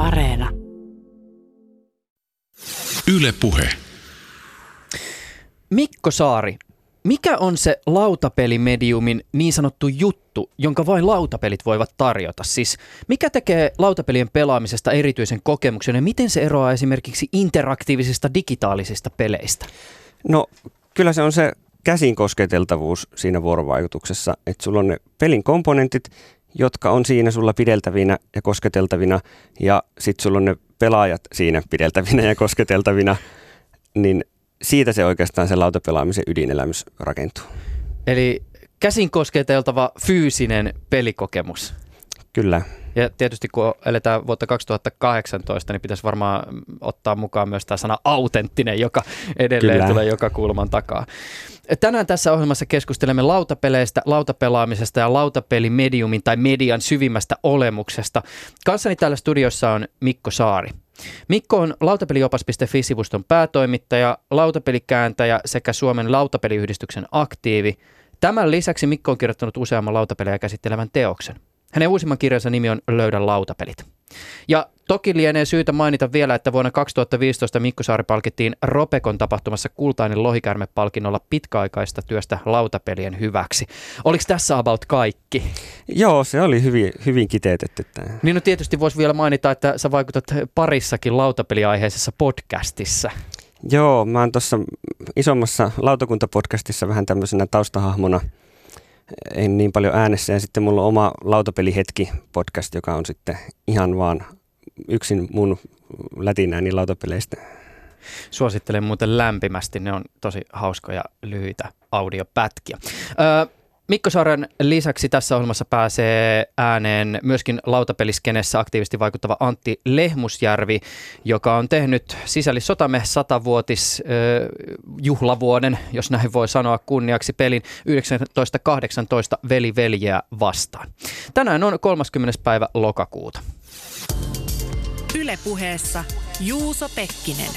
Areena. Yle Puhe. Mikko Saari, mikä on se lautapelimediumin niin sanottu juttu, jonka vain lautapelit voivat tarjota? Siis mikä tekee lautapelien pelaamisesta erityisen kokemuksen ja miten se eroaa esimerkiksi interaktiivisista digitaalisista peleistä? No kyllä se on se käsin kosketeltavuus siinä vuorovaikutuksessa, että sulla on ne pelin komponentit, jotka on siinä sulla pideltävinä ja kosketeltavina ja sitten sulla on ne pelaajat siinä pideltävinä ja kosketeltavina, niin siitä se oikeastaan se lautapelaamisen ydinelämys rakentuu. Eli käsin kosketeltava fyysinen pelikokemus. Kyllä. Ja tietysti kun eletään vuotta 2018, niin pitäisi varmaan ottaa mukaan myös tämä sana autenttinen, joka edelleen tulee joka kulman takaa. Tänään tässä ohjelmassa keskustelemme lautapeleistä, lautapelaamisesta ja lautapelimediumin tai median syvimmästä olemuksesta. Kanssani täällä studiossa on Mikko Saari. Mikko on lautapeliopas.fi-sivuston päätoimittaja, lautapelikääntäjä sekä Suomen lautapeliyhdistyksen aktiivi. Tämän lisäksi Mikko on kirjoittanut useamman lautapelejä käsittelevän teoksen. Hänen uusimman kirjansa nimi on Löydä lautapelit. Ja toki lienee syytä mainita vielä, että vuonna 2015 Mikko Saari palkittiin Ropekon tapahtumassa Kultainen lohikäärme-palkinnolla pitkäaikaista työstä lautapelien hyväksi. Oliko tässä about kaikki? Joo, se oli hyvin kiteytetty. Niin no tietysti voisi vielä mainita, että sä vaikutat parissakin lautapeliaiheisessa podcastissa. Joo, mä oon tuossa isommassa lautakuntapodcastissa vähän tämmöisenä taustahahmona. En niin paljon äänessä ja sitten mulla on oma lautapelihetki-podcast, joka on sitten ihan vaan yksin mun lätinääni lautapeleistä. Suosittelen muuten lämpimästi, ne on tosi hauskoja lyhyitä audiopätkiä. Mikko Saaren lisäksi tässä ohjelmassa pääsee ääneen myöskin lautapeliskenessä aktiivisesti vaikuttava Antti Lehmusjärvi, joka on tehnyt Sisällissotamme 100-vuotisjuhlavuoden, jos näin voi sanoa, kunniaksi pelin 1918 Veli veljeä vastaan. Tänään on 30. päivä lokakuuta. Yle Puheessa Juuso Pekkinen.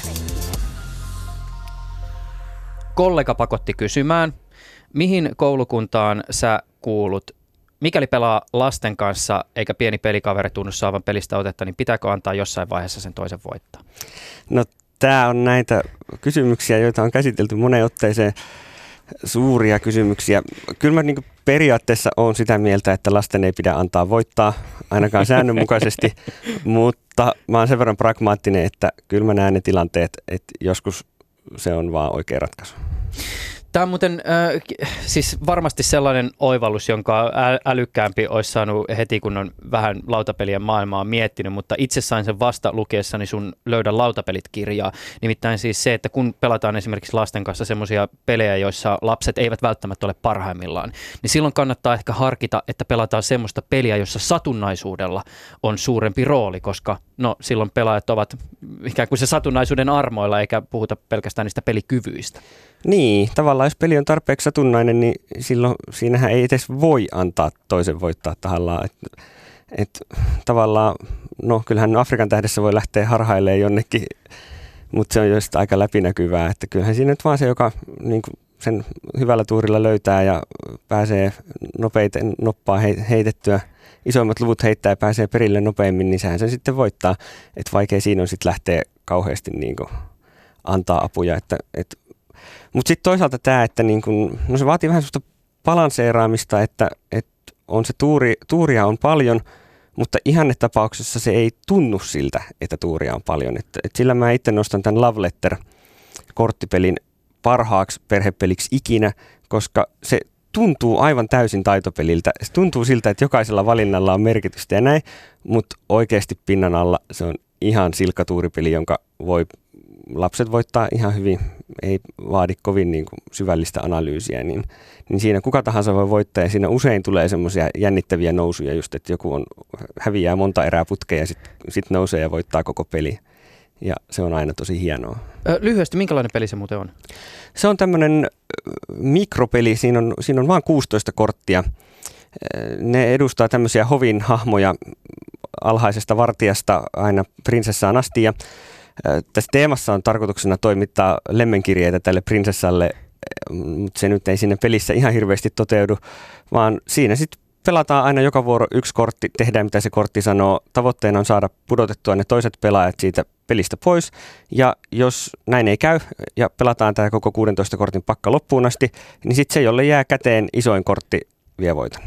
Kollega pakotti kysymään, mihin koulukuntaan sä kuulut? Mikäli pelaa lasten kanssa eikä pieni pelikaveri tunnu saavan pelistä otetta, niin pitääkö antaa jossain vaiheessa sen toisen voittaa? No tää on näitä kysymyksiä, joita on käsitelty moneen otteeseen, suuria kysymyksiä. Kyllä mä niin kuin periaatteessa olen sitä mieltä, että lasten ei pidä antaa voittaa ainakaan säännönmukaisesti, mutta mä oon sen verran pragmaattinen, että kyllä mä näen ne tilanteet, että joskus se on vaan oikea ratkaisu. Tämä on muuten siis varmasti sellainen oivallus, jonka älykkäämpi olisi saanut heti, kun on vähän lautapelien maailmaa miettinyt, mutta itse sain sen vasta lukeessani sun Löydä lautapelit-kirjaa. Nimittäin siis se, että kun pelataan esimerkiksi lasten kanssa semmoisia pelejä, joissa lapset eivät välttämättä ole parhaimmillaan, niin silloin kannattaa ehkä harkita, että pelataan semmoista peliä, jossa satunnaisuudella on suurempi rooli, koska silloin pelaajat ovat ikään kuin se satunnaisuuden armoilla, eikä puhuta pelkästään niistä pelikyvyistä. Niin, tavallaan jos peli on tarpeeksi satunnainen, niin silloin siinähän ei edes voi antaa toisen voittaa tahallaan. Tavallaan, kyllähän Afrikan tähdessä voi lähteä harhailemaan jonnekin, mutta se on jo aika läpinäkyvää. Että kyllähän siinä nyt vaan se, joka niin kuin sen hyvällä tuurilla löytää ja pääsee nopeiten noppaa heitettyä, isoimmat luvut heittää ja pääsee perille nopeammin, niin sehän sen sitten voittaa. Että vaikea siinä on sitten lähteä kauheasti niin kuin antaa apuja, mutta sitten toisaalta tämä, että se vaatii vähän sellaista balanseeraamista, että on se tuuria on paljon, mutta ihannetapauksessa se ei tunnu siltä, että tuuria on paljon. Sillä mä itse nostan tämän Love Letter-korttipelin parhaaksi perhepeliksi ikinä, koska se tuntuu aivan täysin taitopeliltä. Se tuntuu siltä, että jokaisella valinnalla on merkitystä ja näin, mutta oikeasti pinnan alla se on ihan silkkatuuripeli, jonka lapset voittaa ihan hyvin, ei vaadi kovin niin kuin syvällistä analyysiä, niin siinä kuka tahansa voi voittaa ja siinä usein tulee semmoisia jännittäviä nousuja just, että joku häviää monta erää putkea ja sit nousee ja voittaa koko peli ja se on aina tosi hienoa. Lyhyesti, minkälainen peli se muuten on? Se on tämmöinen mikropeli, siinä on vain 16 korttia. Ne edustaa tämmöisiä hovin hahmoja alhaisesta vartijasta aina prinsessaan asti ja tässä teemassa on tarkoituksena toimittaa lemmenkirjeitä tälle prinsessalle, mutta se nyt ei siinä pelissä ihan hirveästi toteudu, vaan siinä sitten pelataan aina joka vuoro yksi kortti, tehdään mitä se kortti sanoo. Tavoitteena on saada pudotettua ne toiset pelaajat siitä pelistä pois. Ja jos näin ei käy ja pelataan tämä koko 16 kortin pakka loppuun asti, niin sitten se, jolle jää käteen isoin kortti, vie voiton.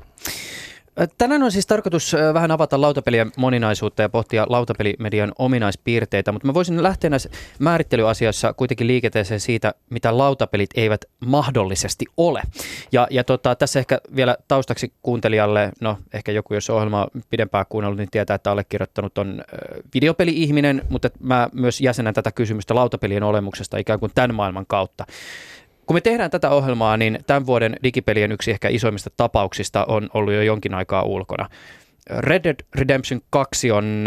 Tänään on siis tarkoitus vähän avata lautapelien moninaisuutta ja pohtia lautapelimedian ominaispiirteitä, mutta mä voisin lähteä näissä määrittelyasioissa kuitenkin liikenteeseen siitä, mitä lautapelit eivät mahdollisesti ole. Ja tässä ehkä vielä taustaksi kuuntelijalle, no ehkä joku, jos ohjelmaa pidempään kuunnellut, niin tietää, että allekirjoittanut on videopeli-ihminen, mutta mä myös jäsenän tätä kysymystä lautapelien olemuksesta ikään kuin tämän maailman kautta. Kun me tehdään tätä ohjelmaa, niin tämän vuoden digipelien yksi ehkä isoimmista tapauksista on ollut jo jonkin aikaa ulkona. Red Dead Redemption 2 on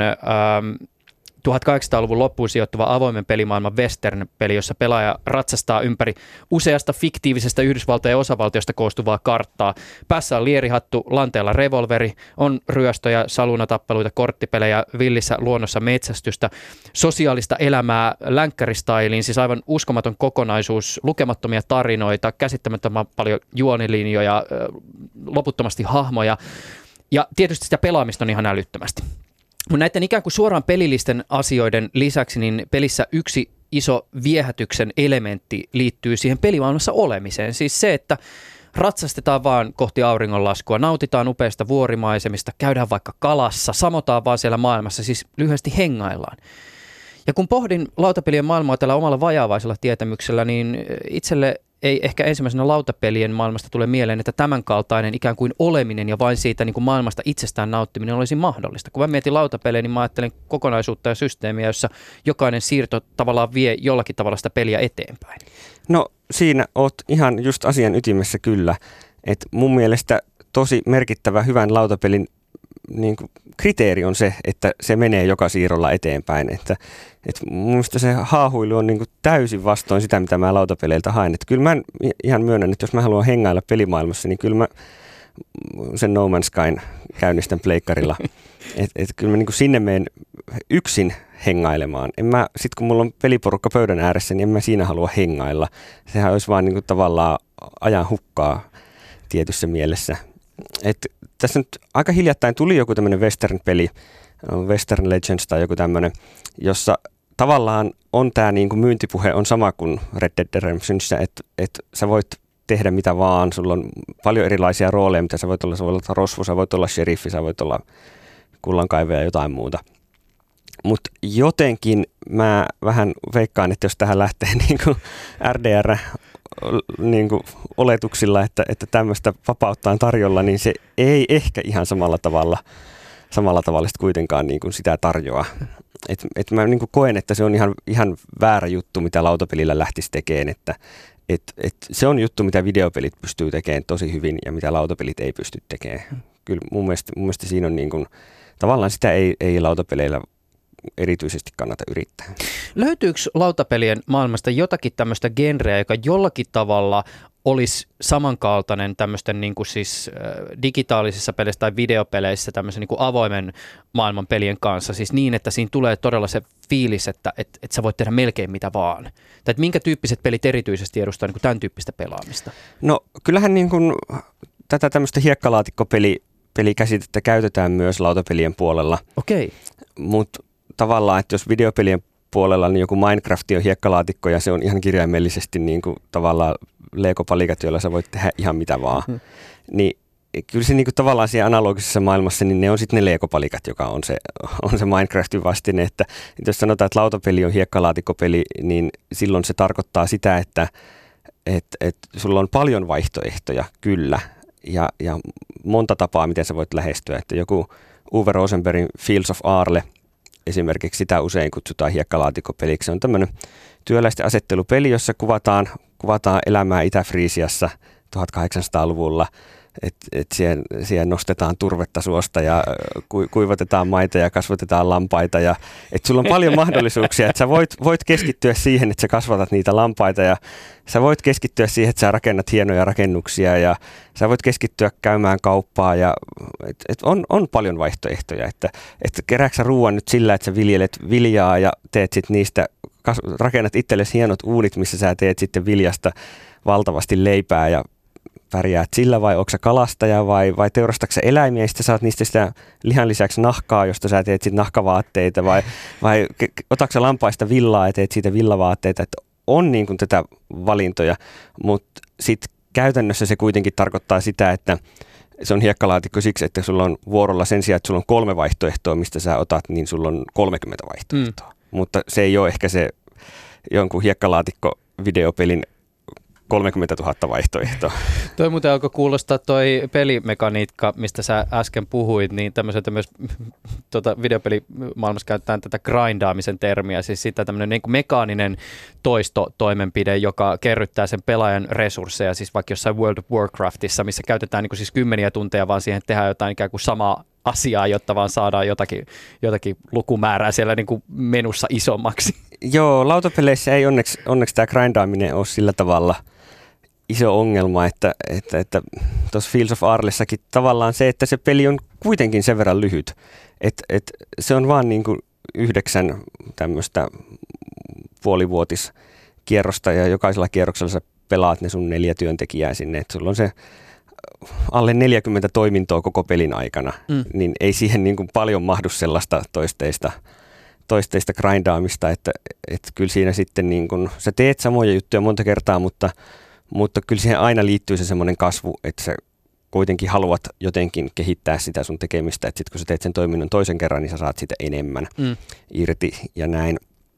1800-luvun loppuun sijoittuva avoimen pelimaailman western-peli, jossa pelaaja ratsastaa ympäri useasta fiktiivisestä Yhdysvaltojen osavaltiosta koostuvaa karttaa. Päässä on lierihattu, lanteella revolveri, on ryöstöjä, salunatappeluita, korttipelejä, villissä luonnossa metsästystä, sosiaalista elämää länkkäristailiin, siis aivan uskomaton kokonaisuus, lukemattomia tarinoita, käsittämättömän paljon juonilinjoja, loputtomasti hahmoja ja tietysti sitä pelaamista on ihan älyttömästi. Mutta näiden ikään kuin suoraan pelillisten asioiden lisäksi, niin pelissä yksi iso viehätyksen elementti liittyy siihen pelimaailmassa olemiseen. Siis se, että ratsastetaan vaan kohti auringonlaskua, nautitaan upeista vuorimaisemista, käydään vaikka kalassa, samotaan vaan siellä maailmassa, siis lyhyesti hengaillaan. Ja kun pohdin lautapelien maailmaa tällä omalla vajaavaisella tietämyksellä, niin itselle ei ehkä ensimmäisenä lautapelien maailmasta tule mieleen, että tämänkaltainen ikään kuin oleminen ja vain siitä niin kuin maailmasta itsestään nauttiminen olisi mahdollista. Kun mä mietin lautapelejä, niin mä ajattelen kokonaisuutta ja systeemiä, jossa jokainen siirto tavallaan vie jollakin tavalla sitä peliä eteenpäin. No siinä oot ihan just asian ytimessä kyllä. Et mun mielestä tosi merkittävä hyvän lautapelin niin kuin kriteeri on se, että se menee joka siirrolla eteenpäin. Että mun mielestä se haahuilu on niin kuin täysin vastoin sitä, mitä mä lautapeleiltä haen. Että kyllä mä ihan myönnän, että jos mä haluan hengailla pelimaailmassa, niin kyllä mä sen No Man's Skyn käynnistän pleikkarilla. Että kyllä mä niin kuin sinne menen yksin hengailemaan. Sitten kun mulla on peliporukka pöydän ääressä, niin en mä siinä halua hengailla. Sehän olisi vaan niin kuin tavallaan ajan hukkaa tietyssä mielessä. Tässä nyt aika hiljattain tuli joku tämmöinen western-peli, Western Legends tai joku tämmöinen, jossa tavallaan on tämä niin kuin myyntipuhe on sama kuin Red Dead Redemptionissa, että sä voit tehdä mitä vaan, sulla on paljon erilaisia rooleja, mitä sä voit olla rosvo, sä voit olla sheriffi, sä voit olla kullankaivaja ja jotain muuta. Mutta jotenkin mä vähän veikkaan, että jos tähän lähtee niin kuin RDR niin kuin oletuksilla, että tämmöistä vapautta on tarjolla, niin se ei ehkä ihan samalla tavalla sitten kuitenkaan niin kuin sitä tarjoaa. Et mä niin kuin koen, että se on ihan väärä juttu, mitä lautapelillä lähtisi tekemään, että se on juttu, mitä videopelit pystyy tekemään tosi hyvin ja mitä lautapelit ei pysty tekemään. Kyllä mun mielestä siinä on niin kuin, tavallaan sitä ei lautapeleillä erityisesti kannata yrittää. Löytyykö lautapelien maailmasta jotakin tämmöistä genreä, joka jollakin tavalla olisi samankaltainen tämmöisten niin kuin siis digitaalisissa peleissä tai videopeleissä tämmöisen niin kuin avoimen maailman pelien kanssa, siis niin, että siinä tulee todella se fiilis, että sä voit tehdä melkein mitä vaan. Tai että minkä tyyppiset pelit erityisesti edustaa niin kuin tämän tyyppistä pelaamista? No kyllähän niin kuin tätä tämmöistä hiekkalaatikkopelikäsitettä käytetään myös lautapelien puolella. Okei. Mutta tavallaan, että jos videopelien puolella niin joku Minecraft on hiekkalaatikko ja se on ihan kirjaimellisesti niin kuin tavallaan Lego-palikat, joilla sä voit tehdä ihan mitä vaan, niin kyllä se niin kuin tavallaan siellä analogisessa maailmassa, niin ne on sitten ne Lego-palikat, joka on se Minecraftin vastine, että jos sanotaan, että lautapeli on hiekkalaatikkopeli, niin silloin se tarkoittaa sitä, että sulla on paljon vaihtoehtoja, kyllä, ja monta tapaa, miten sä voit lähestyä, että joku Uwe Rosenbergin Fields of Arle, esimerkiksi sitä usein kutsutaan hiekkalaatikopeliksi. Se on tämmöinen työläisten asettelupeli, jossa kuvataan elämää Itä-Friisiassa 1800-luvulla. Siellä nostetaan turvetta suosta ja kuivatetaan maita ja kasvatetaan lampaita. Sulla on paljon mahdollisuuksia, että sä voit keskittyä siihen, että sä kasvatat niitä lampaita ja sä voit keskittyä siihen, että sä rakennat hienoja rakennuksia ja sä voit keskittyä käymään kauppaa. On paljon vaihtoehtoja, että kerääksä ruoan nyt sillä, että sä viljelet viljaa ja teet sit niistä, rakennat itsellesi hienot uunit, missä sä teet sitten viljasta valtavasti leipää ja pärjäät sillä vai onko sä kalastaja vai teurastatko sä eläimiä ja sitten saat niistä sitä lihan lisäksi nahkaa, josta sä teet sitten nahkavaatteita vai otatko sä lampaista villaa ja teet siitä villavaatteita, että on niin kuin tätä valintoja, mutta sitten käytännössä se kuitenkin tarkoittaa sitä, että se on hiekkalaatikko siksi, että sulla on vuorolla sen sijaan, että sulla on 3 vaihtoehtoa, mistä sä otat, niin sulla on 30 vaihtoehtoa. Mutta se ei ole ehkä se jonkun hiekkalaatikko-videopelin 30 000 vaihtoehtoa. Toi muuten alkoi kuulostaa toi pelimekaniikka, mistä sä äsken puhuit, niin tämmöiseltä myös videopelimaailmassa käytetään tätä grindaamisen termiä, siis sitä tämmöinen niin kuin mekaaninen toistotoimenpide, joka kerryttää sen pelaajan resursseja, siis vaikka jossain World of Warcraftissa, missä käytetään niin kuin siis kymmeniä tunteja vaan siihen, että tehdään jotain ikään kuin samaa asiaa, jotta vaan saadaan jotakin lukumäärää siellä niin kuin menussa isommaksi. Joo, lautapeleissä ei onneksi tämä grindaaminen ole sillä tavalla iso ongelma, että tuossa Fields of Arlessakin tavallaan se, että se peli on kuitenkin sen verran lyhyt, että se on vaan niin kuin 9 tämmöistä puolivuotiskierrosta ja jokaisella kierroksella sä pelaat ne sun 4 työntekijää sinne, että sulla on se alle 40 toimintoa koko pelin aikana, niin ei siihen niin kuin paljon mahdu sellaista toisteista grindaamista, että kyllä siinä sitten niin kuin, sä teet samoja juttuja monta kertaa, mutta kyllä siihen aina liittyy se semmoinen kasvu, että sä kuitenkin haluat jotenkin kehittää sitä sun tekemistä, että sitten kun sä teet sen toiminnon toisen kerran, niin sä saat sitä enemmän irti ja näin.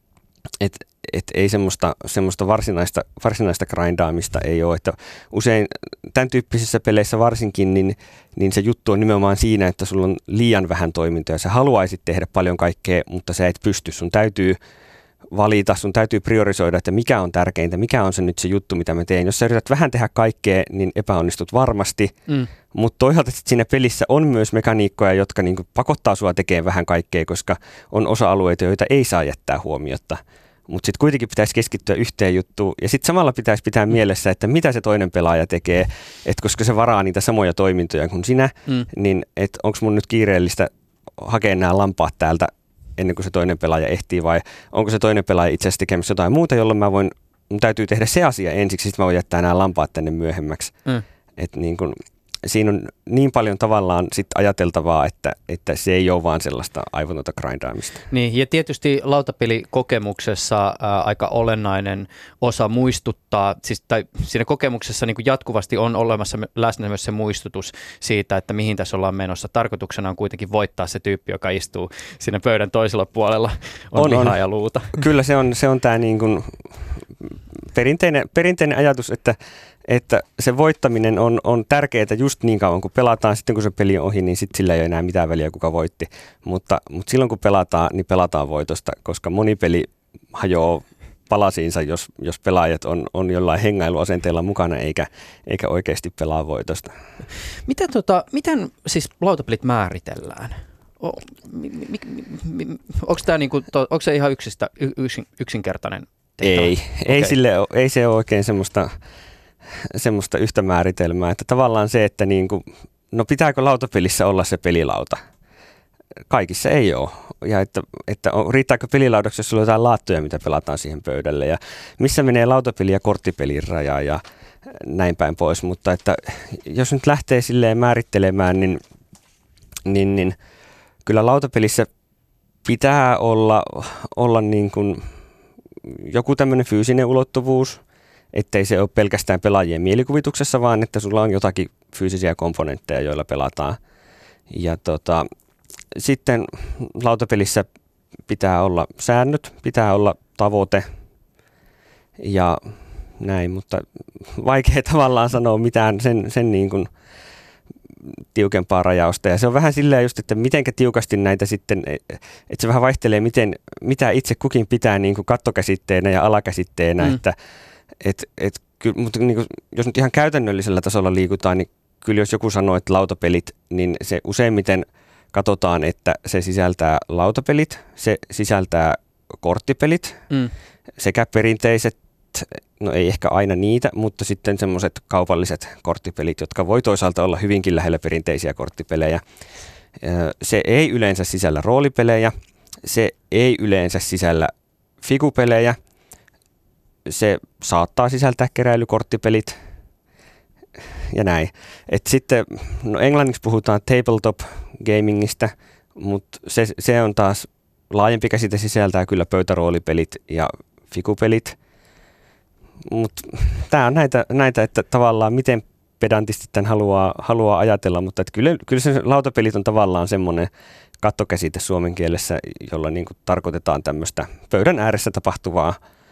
Et ei semmoista varsinaista grindaamista ei ole, että usein tämän tyyppisissä peleissä varsinkin, niin se juttu on nimenomaan siinä, että sulla on liian vähän toimintoja. Sä haluaisit tehdä paljon kaikkea, mutta sä et pysty. Sun täytyy valita, sun täytyy priorisoida, että mikä on tärkeintä, mikä on se nyt se juttu, mitä mä teen. Jos sä yrität vähän tehdä kaikkea, niin epäonnistut varmasti, mutta toisaalta siinä pelissä on myös mekaniikkoja, jotka niinku pakottaa sua tekemään vähän kaikkea, koska on osa-alueita, joita ei saa jättää huomiotta. Mutta sitten kuitenkin pitäisi keskittyä yhteen juttuun ja sitten samalla pitäisi pitää mielessä, että mitä se toinen pelaaja tekee, että koska se varaa niitä samoja toimintoja kuin sinä, niin että onko mun nyt kiireellistä hakea nämä lampaat täältä ennen kuin se toinen pelaaja ehtii vai onko se toinen pelaaja itse asiassa tekemässä jotain muuta, jolloin mun täytyy tehdä se asia ensiksi, sitten mä voin jättää nämä lampaat tänne myöhemmäksi. Että niin kun, siinä on niin paljon tavallaan sit ajateltavaa, että se ei ole vaan sellaista aivotonta grindaamista. Niin, ja tietysti lautapelikokemuksessa aika olennainen osa muistuttaa, siis, tai siinä kokemuksessa niin kuin jatkuvasti on olemassa läsnä myös se muistutus siitä, että mihin tässä ollaan menossa. Tarkoituksena on kuitenkin voittaa se tyyppi, joka istuu siinä pöydän toisella puolella, on lihaa ja luuta. Kyllä se on tämä niin kuin perinteinen ajatus, että se voittaminen on tärkeää just niin kauan, kun pelataan. Sitten kun se peli on ohi, niin sitten sillä ei ole enää mitään väliä, kuka voitti. Mutta silloin kun pelataan, niin pelataan voitosta, koska moni peli hajoaa palasiinsa, jos pelaajat on jollain hengailuasenteella mukana eikä oikeasti pelaa voitosta. Miten siis lautapelit määritellään? Onko se ihan yksinkertainen tehtävä? Ei se ole oikein semmoista yhtä määritelmää, että tavallaan se, että no pitääkö lautapelissä olla se pelilauta? Kaikissa ei ole. Ja että riittääkö pelilaudaksi, jos sulla on jotain laattoja, mitä pelataan siihen pöydälle ja missä menee lautapeli ja korttipelin raja ja näin päin pois. Mutta että jos nyt lähtee silleen määrittelemään, niin kyllä lautapelissä pitää olla niin kuin joku tämmöinen fyysinen ulottuvuus, ettei se ole pelkästään pelaajien mielikuvituksessa, vaan että sulla on jotakin fyysisiä komponentteja, joilla pelataan. Ja sitten lautapelissä pitää olla säännöt, pitää olla tavoite ja näin, mutta vaikea tavallaan sanoa mitään sen niin kuin tiukempaa rajausta. Ja se on vähän silleen just, että mitenkä tiukasti näitä sitten, että se vähän vaihtelee, mitä itse kukin pitää niin kuin kattokäsitteenä ja alakäsitteenä, mutta niin kuin, jos nyt ihan käytännöllisellä tasolla liikutaan, niin kyllä jos joku sanoo, että lautapelit, niin se useimmiten katsotaan, että se sisältää lautapelit, se sisältää korttipelit, sekä perinteiset, no ei ehkä aina niitä, mutta sitten semmoiset kaupalliset korttipelit, jotka voi toisaalta olla hyvinkin lähellä perinteisiä korttipelejä. Se ei yleensä sisällä roolipelejä, se ei yleensä sisällä figupelejä, se saattaa sisältää keräilykorttipelit, ja näin. Et sitten, no englanniksi puhutaan tabletop gamingista, mutta se on taas laajempi käsite, sisältää kyllä pöytäroolipelit ja figupelit. Mutta tämä on näitä, että tavallaan miten pedantisti tämän haluaa ajatella, mutta kyllä se lautapelit on tavallaan semmoinen kattokäsite suomen kielessä, jolla niin kuin tarkoitetaan tämmöistä pöydän ääressä tapahtuvaa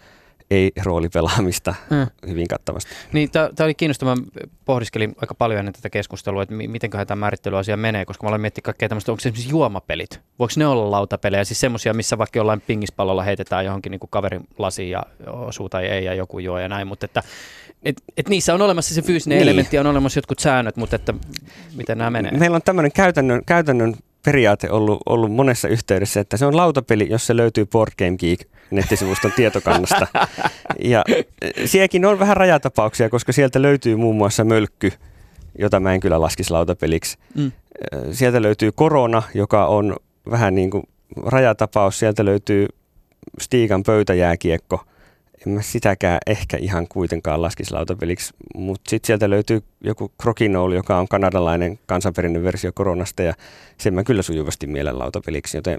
ei-roolipelaamista hyvin kattavasti. Niin, tämä oli kiinnostavaa. Pohdiskelin aika paljon ennen tätä keskustelua, että mitenköhän tämä määrittelyasia menee, koska mä olen miettinyt kaikkea tämmöistä, onko se esimerkiksi juomapelit? Voiko ne olla lautapelejä? Siis semmoisia, missä vaikka jollain pingispallolla heitetään johonkin niin kuin kaverin lasiin ja osuu tai ei ja joku juo ja näin, mutta että niissä on olemassa se fyysinen elementti ja on olemassa jotkut säännöt, mutta että miten nämä menee? Meillä on tämmöinen käytännön periaate ollut monessa yhteydessä, että se on lautapeli, jos se löytyy Board Game Geek nettisivuston tietokannasta. Ja sielläkin on vähän rajatapauksia, koska sieltä löytyy muun muassa Mölkky, jota mä en kyllä laskisi lautapeliksi. Sieltä löytyy Korona, joka on vähän niin kuin rajatapaus. Sieltä löytyy Stiigan pöytäjääkiekko. En mä sitäkään ehkä ihan kuitenkaan laskisi lautapeliksi, mutta sitten sieltä löytyy joku Crokinole, joka on kanadalainen kansanperinnön versio Koronasta, ja sen mä kyllä sujuvasti mielen lautapeliksi, joten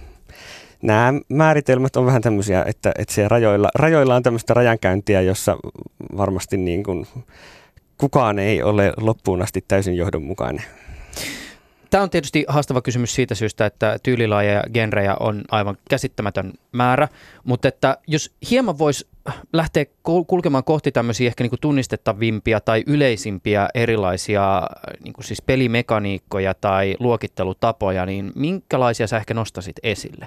nämä määritelmät on vähän tämmöisiä, että se rajoilla on tämmöistä rajankäyntiä, jossa varmasti niin kuin kukaan ei ole loppuun asti täysin johdonmukainen. Tämä on tietysti haastava kysymys siitä syystä, että tyylilajeja ja genrejä on aivan käsittämätön määrä, mutta että jos hieman voisi lähteä kulkemaan kohti tämmöisiä ehkä niin kuin tunnistettavimpia tai yleisimpiä erilaisia niin kuin siis pelimekaniikkoja tai luokittelutapoja, niin minkälaisia sä ehkä nostasit esille?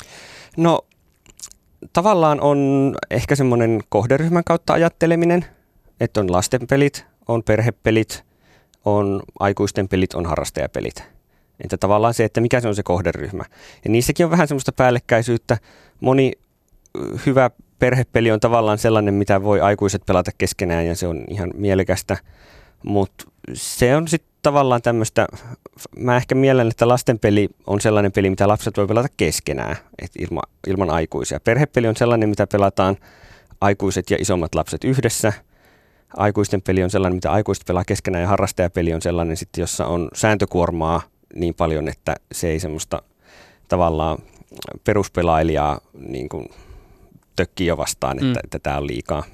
No tavallaan on ehkä semmoinen kohderyhmän kautta ajatteleminen, että on lastenpelit, on perhepelit, on aikuisten pelit, on harrastajapelit. Että tavallaan se, että mikä se on se kohderyhmä. Ja niissäkin on vähän semmoista päällekkäisyyttä. Moni hyvä perhepeli on tavallaan sellainen, mitä voi aikuiset pelata keskenään ja se on ihan mielekästä. Mutta se on sitten tavallaan tämmöistä, mä ehkä mielen, että lastenpeli on sellainen peli, mitä lapset voi pelata keskenään, että ilman aikuisia. Perhepeli on sellainen, mitä pelataan aikuiset ja isommat lapset yhdessä. Aikuisten peli on sellainen, mitä aikuiset pelaa keskenään, ja harrastajapeli on sellainen, sitten, jossa on sääntökuormaa niin paljon, että se ei semmoista tavallaan peruspelailijaa niin kuin tökkii jo vastaan, että tämä on liikaa.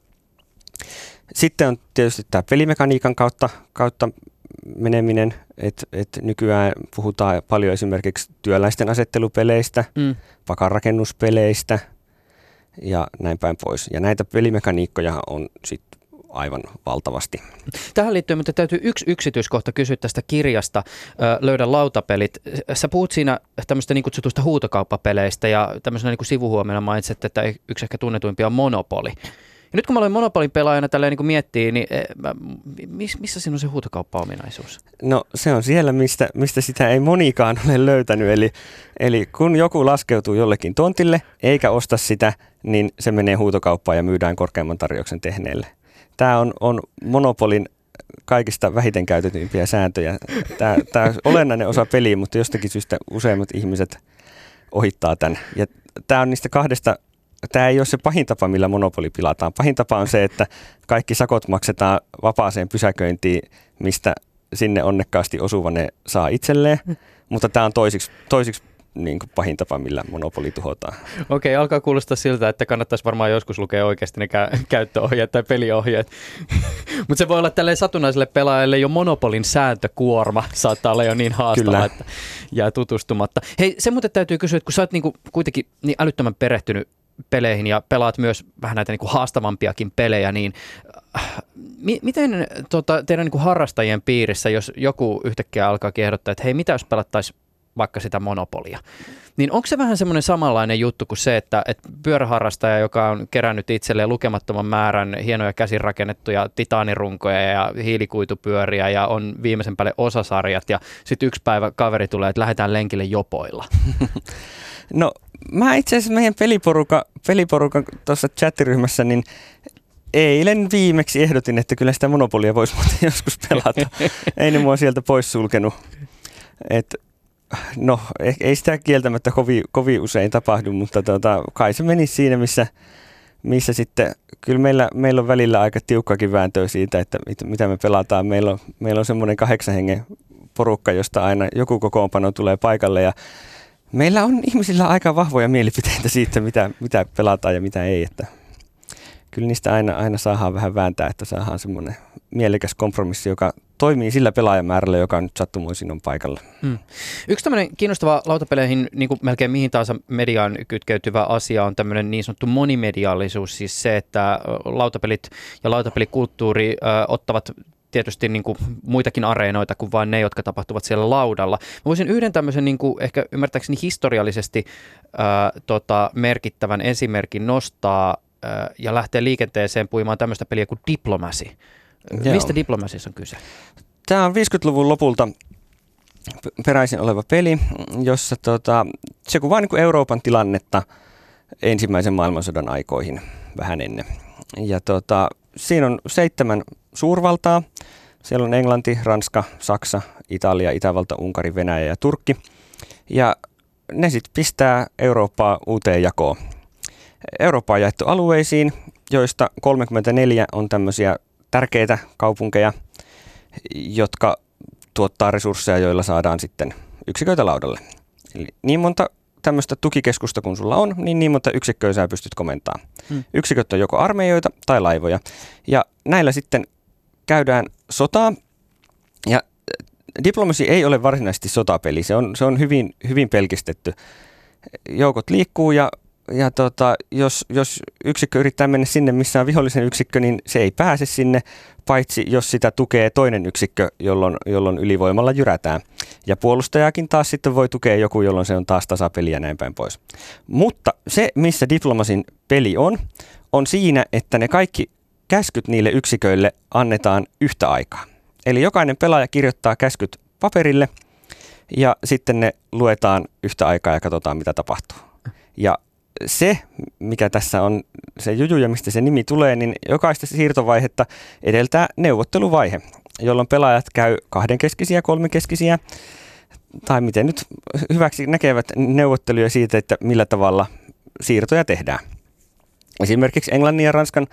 Sitten on tietysti tämä pelimekaniikan kautta meneminen, että nykyään puhutaan paljon esimerkiksi työläisten asettelupeleistä, pakanrakennuspeleistä ja näin päin pois. Ja näitä pelimekaniikkoja on sitten aivan valtavasti. Tähän liittyen, mutta täytyy yksi yksityiskohta kysyä tästä kirjasta Löydä lautapelit. Sä puhut siinä tämmöistä niin kutsutusta huutokauppapeleistä ja tämmöisenä niin kuin sivuhuomiona mainitset, että yksi ehkä tunnetuimpia on Monopoly. Ja nyt kun mä aloin Monopolin pelaajana tälleen niin miettiä, niin missä siinä on se huutokauppa-ominaisuus? No se on siellä, mistä sitä ei monikaan ole löytänyt. Eli kun joku laskeutuu jollekin tontille eikä osta sitä, niin se menee huutokauppaan ja myydään korkeamman tarjouksen tehneelle. Tämä on Monopolin kaikista vähiten käytetyimpiä sääntöjä. Tämä on olennainen osa peliä, mutta jostakin syystä useimmat ihmiset ohittaa tämän. Ja tämä on niistä kahdesta. Tämä ei ole se pahin tapa, millä Monopoly pilataan. Pahin tapa on se, että kaikki sakot maksetaan vapaaseen pysäköintiin, mistä sinne onnekkaasti osuva ne saa itselleen. Mutta tämä on toisiksi niin kuin pahin tapa, millä Monopoly tuhotaan. Okei, alkaa kuulostaa siltä, että kannattaisi varmaan joskus lukea oikeasti ne käyttöohjeet tai peliohjeet. Mutta se voi olla tälleen satunnaiselle pelaajalle jo Monopolin sääntökuorma. Saattaa olla jo niin haastava, että jää tutustumatta. Hei, se muuten täytyy kysyä, että kun sä oot niinku kuitenkin niin älyttömän perehtynyt peleihin ja pelaat myös vähän näitä niinku haastavampiakin pelejä, niin miten teidän niinku harrastajien piirissä, jos joku yhtäkkiä alkaa ehdottaa, että hei, mitä jos pelattaisiin vaikka sitä Monopolia, niin onko se vähän semmoinen samanlainen juttu kuin se, että pyöräharrastaja, joka on kerännyt itselleen lukemattoman määrän hienoja käsinrakennettuja titaanirunkoja ja hiilikuitupyöriä ja on viimeisen päälle osasarjat ja sitten yksi päivä kaveri tulee, että lähdetään lenkille jopoilla? No mä itse asiassa meidän peliporukan tuossa chattiryhmässä, niin eilen viimeksi ehdotin, että kyllä sitä Monopolia voisi joskus pelata. Ei ne mua sieltä pois sulkenut. No, ei sitä kieltämättä kovin usein tapahdu, mutta kai se menisi siinä, missä sitten kyllä meillä on välillä aika tiukkakin vääntöä siitä, että mitä me pelataan. Meillä on semmoinen 8 hengen porukka, josta aina joku kokoonpano tulee paikalle ja meillä on ihmisillä aika vahvoja mielipiteitä siitä, mitä pelataan ja mitä ei. Että kyllä niistä aina saadaan vähän vääntää, että saadaan semmoinen mielekäs kompromissi, joka toimii sillä pelaajamäärällä, joka nyt sattumoisin on paikalla. Yksi tämmöinen kiinnostava lautapeleihin niin kuin melkein mihin tahansa mediaan kytkeytyvä asia on tämmöinen niin sanottu monimediaalisuus, siis se, että lautapelit ja lautapelikulttuuri ottavat tietysti niin kuin muitakin areenoita kuin vain ne, jotka tapahtuvat siellä laudalla. Mä voisin yhden tämmöisen niin kuin ehkä ymmärtääkseni historiallisesti merkittävän esimerkin nostaa ja lähteä liikenteeseen puimaan tämmöistä peliä kuin Diplomacy. Joo. Mistä Diplomacyssa on kyse? Tämä on 50-luvun lopulta peräisin oleva peli, jossa se kuvaa niin kuin Euroopan tilannetta ensimmäisen maailmansodan aikoihin vähän ennen. Ja siinä on 7 suurvaltaa. Siellä on Englanti, Ranska, Saksa, Italia, Itävalta, Unkari, Venäjä ja Turkki. Ja ne sitten pistää Eurooppaa uuteen jakoon. Eurooppa on jaettu alueisiin, joista 34 on tämmöisiä tärkeitä kaupunkeja, jotka tuottaa resursseja, joilla saadaan sitten yksiköitä laudalle. Eli niin monta tämmöistä tukikeskusta kun sulla on, niin monta yksikköä sä pystyt komentamaan. Yksiköt on joko armeijoita tai laivoja. Ja näillä sitten käydään sotaa. Ja Diplomacy ei ole varsinaisesti sotapeli. Se on hyvin, hyvin pelkistetty. Joukot liikkuu ja jos yksikkö yrittää mennä sinne, missä on vihollisen yksikkö, niin se ei pääse sinne, paitsi jos sitä tukee toinen yksikkö, jolloin ylivoimalla jyrätään. Ja puolustajakin taas sitten voi tukea joku, jolloin se on taas tasapeli ja näin päin pois. Mutta se, missä Diplomacyn peli on siinä, että ne kaikki käskyt niille yksiköille annetaan yhtä aikaa. Eli jokainen pelaaja kirjoittaa käskyt paperille ja sitten ne luetaan yhtä aikaa ja katsotaan, mitä tapahtuu. Ja se, mikä tässä on se juju ja mistä se nimi tulee, niin jokaista siirtovaihetta edeltää neuvotteluvaihe, jolloin pelaajat käy 2-keskisiä, 3-keskisiä tai miten nyt hyväksi näkevät neuvotteluja siitä, että millä tavalla siirtoja tehdään. Esimerkiksi Englannin ja Ranskan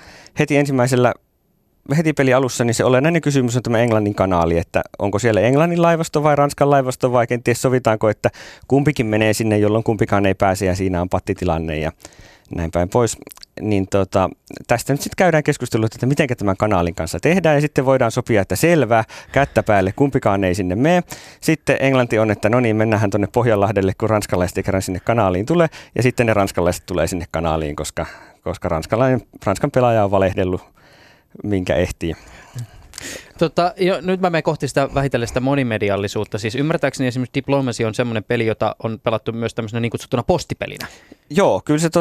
heti peli alussa, niin se olennainen kysymys on tämä Englannin kanaali, että onko siellä Englannin laivasto vai Ranskan laivasto vai kenties sovitaanko, että kumpikin menee sinne, jolloin kumpikaan ei pääse ja siinä on pattitilanne ja näin päin pois. Niin tästä nyt sitten käydään keskustelua, että miten tämän kanaalin kanssa tehdään ja sitten voidaan sopia, että selvä, kättä päälle, kumpikaan ei sinne mene. Sitten Englanti on, että no niin, mennään tuonne Pohjanlahdelle, kun ranskalaiset ei kerran sinne kanaaliin tule ja sitten ne ranskalaiset tulee sinne kanaaliin, koska Ranskan pelaaja on valehdellut minkä ehtii. Nyt mä menen kohti sitä vähitellen sitä monimediallisuutta. Siis ymmärtääkseni esimerkiksi Diplomacy on semmoinen peli, jota on pelattu myös tämmöisenä niin kutsuttuna postipelinä. Joo, kyllä se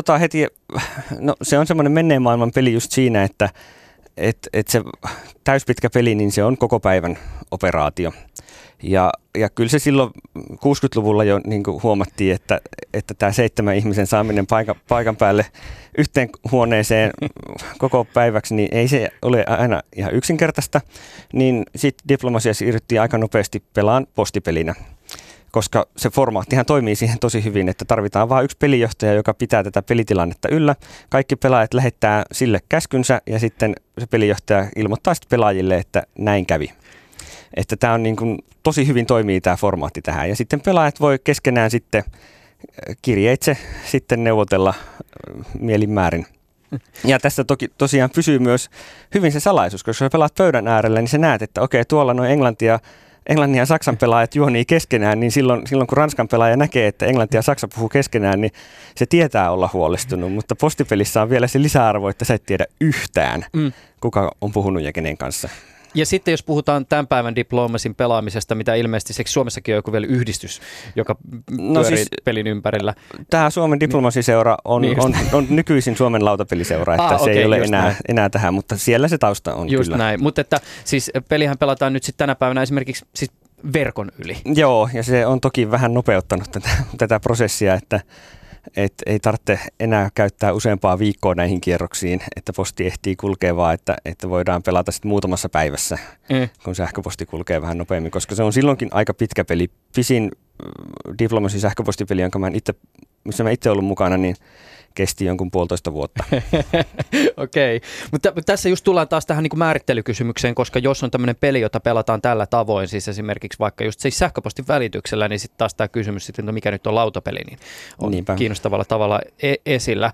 se on semmoinen menneen maailman peli just siinä, että se täyspitkä peli, niin se on koko päivän operaatio. Ja kyllä se silloin 60-luvulla jo niin kuin huomattiin, että tämä 7 ihmisen saaminen paikan päälle yhteen huoneeseen koko päiväksi, niin ei se ole aina ihan yksinkertaista. Niin sitten Diplomacia siirryttiin aika nopeasti pelaan postipelinä, koska se formaattihan toimii siihen tosi hyvin, että tarvitaan vain yksi pelijohtaja, joka pitää tätä pelitilannetta yllä. Kaikki pelaajat lähettää sille käskynsä ja sitten se pelijohtaja ilmoittaa sitten pelaajille, että näin kävi. Että tämä on niin kuin, tosi hyvin toimii tämä formaatti tähän. Ja sitten pelaajat voi keskenään sitten kirjeitse sitten neuvotella mielinmäärin. Ja tässä tosiaan pysyy myös hyvin se salaisuus, koska jos pelaat pöydän äärellä, niin sä näet, että okei, tuolla noin Englannin ja Saksan pelaajat juonii keskenään, niin silloin kun Ranskan pelaaja näkee, että Englanti ja Saksa puhuu keskenään, niin se tietää olla huolestunut. Mutta postipelissä on vielä se lisäarvo, että sä et tiedä yhtään, kuka on puhunut ja kenen kanssa. Ja sitten jos puhutaan tämän päivän Diplomacyn pelaamisesta, mitä ilmeisesti Suomessakin on joku vielä yhdistys, joka pyörii pelin ympärillä. Tämä Suomen Diplomacy-seura on nykyisin Suomen lautapeliseura, että se ei ole enää tähän, mutta siellä se tausta on just kyllä. Näin, mutta että siis pelihän pelataan nyt sitten tänä päivänä esimerkiksi siis verkon yli. Joo, ja se on toki vähän nopeuttanut tätä prosessia, että ei tarvitse enää käyttää useampaa viikkoa näihin kierroksiin, että posti ehtii kulkea vaan, että voidaan pelata sitten muutamassa päivässä, kun sähköposti kulkee vähän nopeammin, koska se on silloinkin aika pitkä peli. Pisin Diplomacy sähköpostipeli, missä mä itse ollut mukana, niin kesti jonkun 1,5 vuotta. Okei, mutta tässä just tullaan taas tähän niin kuin määrittelykysymykseen, koska jos on tämmöinen peli, jota pelataan tällä tavoin, siis esimerkiksi vaikka just siis sähköpostin välityksellä, niin sitten taas tämä kysymys, että mikä nyt on lautapeli, niin on kiinnostavalla tavalla esillä.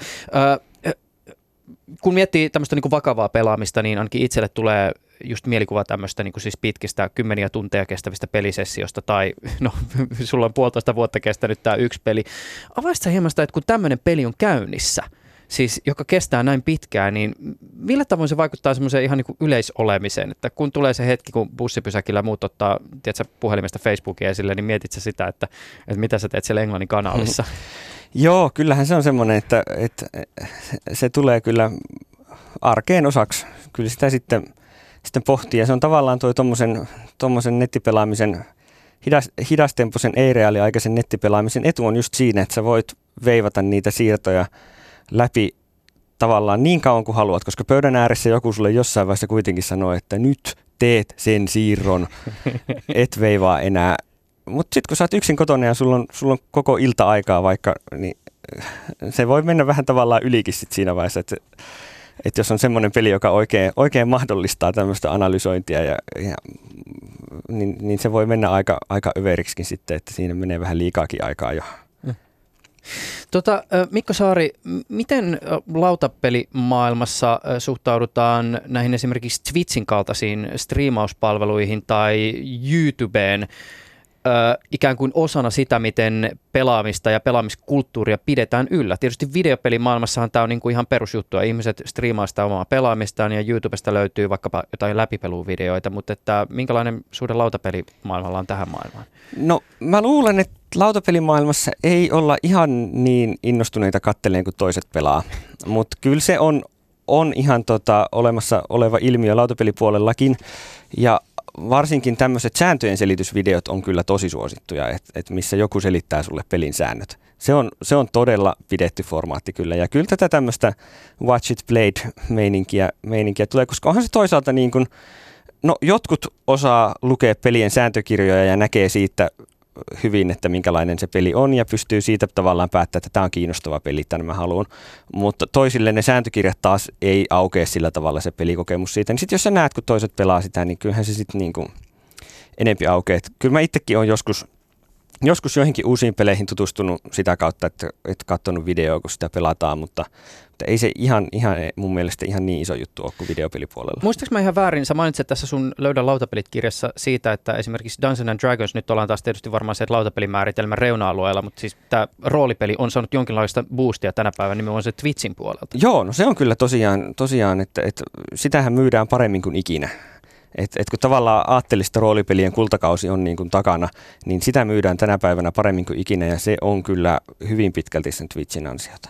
Kun miettii tämmöistä niin kuin vakavaa pelaamista, niin ainakin itselle tulee just mielikuva tämmöistä niin kuin siis pitkistä 10 tunteja kestävistä pelisessiosta, tai no sulla on 1,5 vuotta kestänyt tämä yksi peli. Avaisitko hieman sitä, että kun tämmöinen peli on käynnissä, siis joka kestää näin pitkään, niin millä tavoin se vaikuttaa semmoiseen ihan niin kuin yleisolemiseen, että kun tulee se hetki, kun bussipysäkillä muut ottaa, tiedätkö, puhelimesta Facebookia esille, niin mietit sä sitä, että mitä sä teet siellä Englannin kanaalissa? Joo, kyllähän se on semmoinen, että se tulee kyllä arkeen osaksi. Kyllä sitä sitten pohtii, ja se on tavallaan tuommoisen nettipelaamisen, hidastempoisen, ei-reaaliaikaisen nettipelaamisen etu on just siinä, että sä voit veivata niitä siirtoja läpi tavallaan niin kauan kuin haluat, koska pöydän ääressä joku sulle jossain vaiheessa kuitenkin sanoo, että nyt teet sen siirron, et veivaa enää. Mutta sitten kun sä oot yksin kotona ja sulla on koko ilta aikaa vaikka, niin se voi mennä vähän tavallaan ylikin sit siinä vaiheessa, että jos on semmoinen peli, joka oikein mahdollistaa tämmöistä analysointia, niin se voi mennä aika överiksi sitten, että siinä menee vähän liikaakin aikaa jo. Mikko Saari, miten lautapelimaailmassa suhtaudutaan näihin esimerkiksi Twitchin kaltaisiin striimauspalveluihin tai YouTubeen ikään kuin osana sitä, miten pelaamista ja pelaamiskulttuuria pidetään yllä? Tietysti videopelimaailmassahan tämä on niin kuin ihan perusjuttua. Ihmiset striimaa sitä omaa pelaamistaan ja YouTubesta löytyy vaikkapa jotain läpipeluvideoita, mutta että minkälainen suhde lautapelimaailmalla on tähän maailmaan? No mä luulen, että lautapelimaailmassa ei olla ihan niin innostuneita katteleen kuin toiset pelaa, mutta kyllä se on ihan olemassa oleva ilmiö lautapelipuolellakin, ja varsinkin tämmöiset sääntöjen selitysvideot on kyllä tosi suosittuja, että missä joku selittää sulle pelin säännöt. Se on todella pidetty formaatti kyllä, ja kyllä tätä tämmöistä Watch It Played-meininkiä tulee, koska onhan se toisaalta niin kuin, no jotkut osaa lukea pelien sääntökirjoja ja näkee siitä hyvin, että minkälainen se peli on, ja pystyy siitä tavallaan päättämään, että tämä on kiinnostava peli, tämän mä haluan. Mutta toisille ne sääntökirjat taas ei aukea sillä tavalla se pelikokemus siitä. Niin sitten jos sä näet, kun toiset pelaa sitä, niin kyllähän se sitten niin kuin enempi aukeaa. Kyllä mä itsekin olen joskus joihinkin uusiin peleihin tutustunut sitä kautta, että katsonut videoa, kun sitä pelataan, mutta ei se ihan mun mielestä ihan niin iso juttu ole kuin videopelipuolella. Muistaaks mä ihan väärin, sä mainitsit tässä sun Löydä lautapelit-kirjassa siitä, että esimerkiksi Dungeons and Dragons, nyt ollaan taas tietysti varmaan se lautapelimääritelmän reuna-alueella, mutta siis tämä roolipeli on saanut jonkinlaista boostia tänä päivänä nimenomaan se Twitchin puolelta. Joo, no se on kyllä tosiaan että sitähän myydään paremmin kuin ikinä. Et kun tavallaan aattelista roolipelien kultakausi on niin kuin takana, niin sitä myydään tänä päivänä paremmin kuin ikinä, ja se on kyllä hyvin pitkälti sen Twitchin ansiota.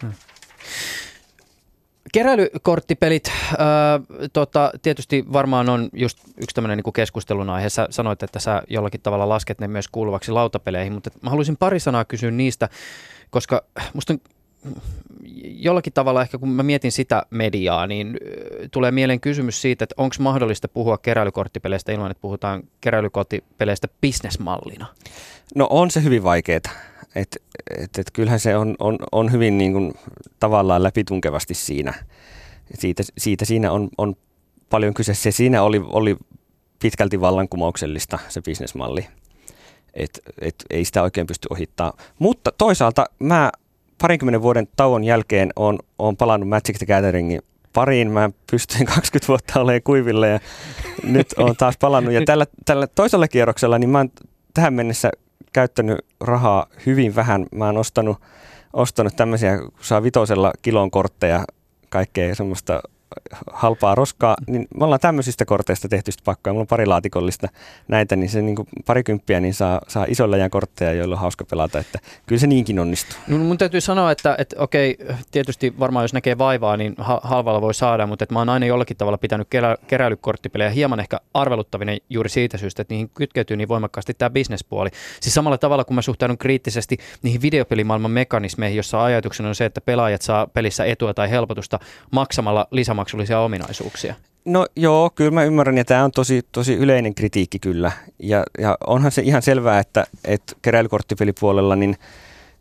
Keräilykorttipelit tietysti varmaan on just yksi tämmöinen niin kuin keskustelun aihe. Sä sanoit, että sä jollakin tavalla lasket ne myös kuuluvaksi lautapeleihin, mutta mä haluaisin pari sanaa kysyä niistä, koska musta on jollakin tavalla ehkä kun mä mietin sitä mediaa, niin tulee mieleen kysymys siitä, että onko mahdollista puhua keräilykorttipeleistä ilman, että puhutaan keräilykorttipeleistä bisnesmallina? No on se hyvin vaikeaa. Et kyllähän se on hyvin niin kuin tavallaan läpitunkevasti siinä. Siitä siinä on paljon kyse. Se siinä oli pitkälti vallankumouksellista se bisnesmalli. Et ei sitä oikein pysty ohittaa. Mutta toisaalta mä 20 vuoden tauon jälkeen olen palannut Magic the Gatheringin pariin. Mä pystyin 20 vuotta olemaan kuiville ja nyt olen taas palannut. Ja tällä toisella kierroksella niin mä oon tähän mennessä käyttänyt rahaa hyvin vähän. Mä oon ostanut tämmöisiä, kun saa 5 kilon kortteja, kaikkea semmoista halpaa roskaa, niin me ollaan tämmöisistä korteista tehty pakkoja. Mulla on pari laatikollista näitä, niin se niin kuin 20 niin saa isolla ajan kortteja, joilla on hauska pelata, että kyllä se niinkin onnistuu. No, mun täytyy sanoa, että okei, tietysti varmaan jos näkee vaivaa, niin halvalla voi saada, mutta että mä oon aina jollakin tavalla pitänyt keräilykorttipelejä hieman ehkä arveluttavinen juuri siitä syystä, että niihin kytkeytyy niin voimakkaasti tämä bisnespuoli. Siis samalla tavalla, kun mä suhtaudun kriittisesti niihin videopelimaailman mekanismeihin, jossa ajatuksena on se, että pelaajat saa pelissä etua tai helpotusta maksamalla lisämaksullisia ominaisuuksia. No joo, kyllä mä ymmärrän, ja tämä on tosi yleinen kritiikki kyllä. Ja onhan se ihan selvää, että keräilykorttipelipuolella niin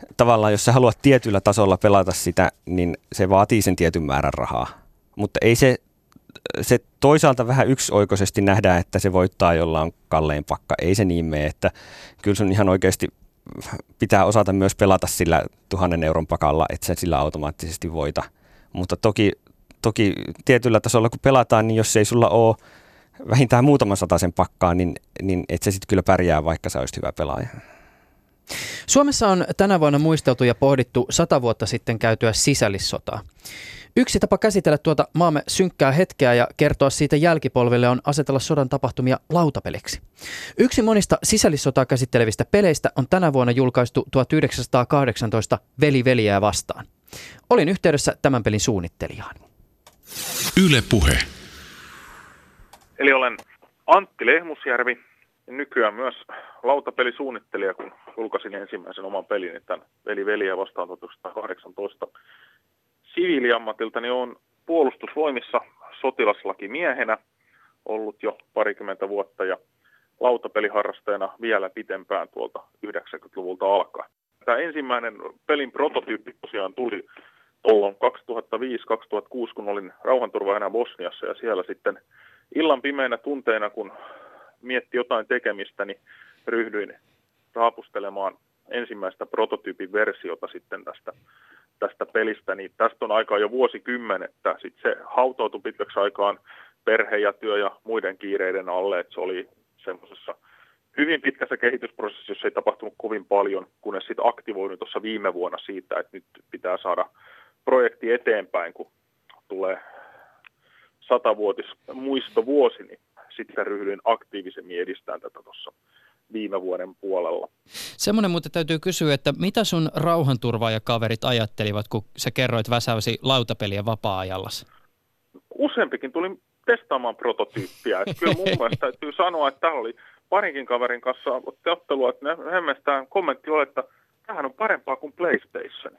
tavallaan jos sä haluat tietyllä tasolla pelata sitä, niin se vaatii sen tietyn määrän rahaa. Mutta ei se toisaalta vähän yksioikoisesti nähdään, että se voittaa, jolla on kallein pakka. Ei se niin mene, että kyllä sun ihan oikeasti pitää osata myös pelata sillä 1,000 euron pakalla, että sä sillä automaattisesti voita. Mutta toki tietyllä tasolla kun pelataan, niin jos ei sulla ole vähintään muutaman satasen pakkaa, niin et sä sitten kyllä pärjää, vaikka sä olisit hyvä pelaaja. Suomessa on tänä vuonna muisteltu ja pohdittu 100 vuotta sitten käytyä sisällissotaa. Yksi tapa käsitellä tuota maamme synkkää hetkeä ja kertoa siitä jälkipolville on asetella sodan tapahtumia lautapeliksi. Yksi monista sisällissotaa käsittelevistä peleistä on tänä vuonna julkaistu 1918 Veli veliää vastaan. Olin yhteydessä tämän pelin suunnittelijaan. Yle Puhe. Eli olen Antti Lehmusjärvi ja nykyään myös lautapelisuunnittelija, kun julkaisin ensimmäisen oman pelin, tämän Veli veliää vastaan 1918. Siviiliammatiltani on puolustusvoimissa sotilaslakimiehenä ollut jo 20 vuotta ja lautapeliharrastajana vielä pitempään tuolta 90-luvulta alkaen. Tämä ensimmäinen pelin prototyyppi tosiaan tuli tuolloin 2005-2006, kun olin rauhanturvaajana Bosniassa ja siellä sitten illan pimeinä tunteina, kun mietti jotain tekemistä, niin ryhdyin raapustelemaan ensimmäistä prototyypin versiota sitten tästä pelistä, niin tästä on aikaa jo vuosikymmen, että sitten se hautautui pitkäksi aikaan perhe ja työ ja muiden kiireiden alle, että se oli semmoisessa hyvin pitkässä kehitysprosessissa, jossa ei tapahtunut kovin paljon, kunnes sitten aktivoinut tuossa viime vuonna siitä, että nyt pitää saada projekti eteenpäin, kun tulee 100-vuotismuistovuosi, niin sitten ryhdyin aktiivisemmin edistämään tätä tuossa viime vuoden puolella. Semmoinen muuten täytyy kysyä, että mitä sun rauhanturvaajakaverit ajattelivat, kun sä kerroit väsäysi lautapeliä vapaa-ajallasi? Useampikin tuli testaamaan prototyyppiä. Että kyllä mun mielestä täytyy sanoa, että täällä oli parinkin kaverin kanssa ottelua, että hemmestään kommentti oli, että tämähän on parempaa kuin PlayStation.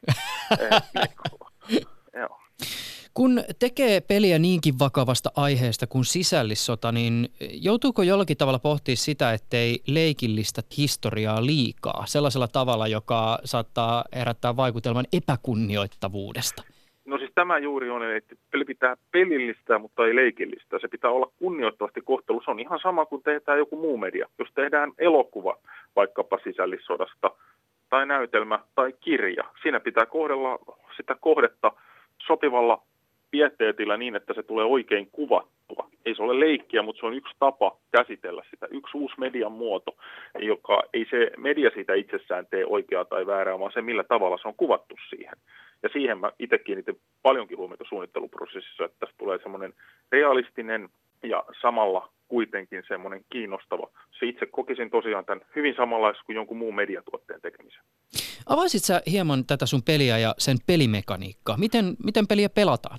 Joo. Kun tekee peliä niinkin vakavasta aiheesta kuin sisällissota, niin joutuuko jollakin tavalla pohtimaan sitä, ettei leikillistä historiaa liikaa sellaisella tavalla, joka saattaa herättää vaikutelman epäkunnioittavuudesta? No siis tämä juuri on, että peli pitää pelillistää, mutta ei leikillistä. Se pitää olla kunnioittavasti kohtelu. Se on ihan sama kuin tehdään joku muu media. Jos tehdään elokuva vaikkapa sisällissodasta tai näytelmä tai kirja, siinä pitää kohdella sitä kohdetta sopivalla pieteetillä niin, että se tulee oikein kuvattua. Ei se ole leikkiä, mutta se on yksi tapa käsitellä sitä. Yksi uusi median muoto, joka ei se media siitä itsessään tee oikeaa tai väärää, vaan se millä tavalla se on kuvattu siihen. Ja siihen mä itse kiinnitin paljonkin huomiota suunnitteluprosessissa, että tässä tulee semmoinen realistinen ja samalla kuitenkin semmoinen kiinnostava. Se itse kokisin tosiaan tämän hyvin samanlaista kuin jonkun muun mediatuotteen tekemisen. Avaisit sä hieman tätä sun peliä ja sen pelimekaniikkaa? Miten peliä pelataan?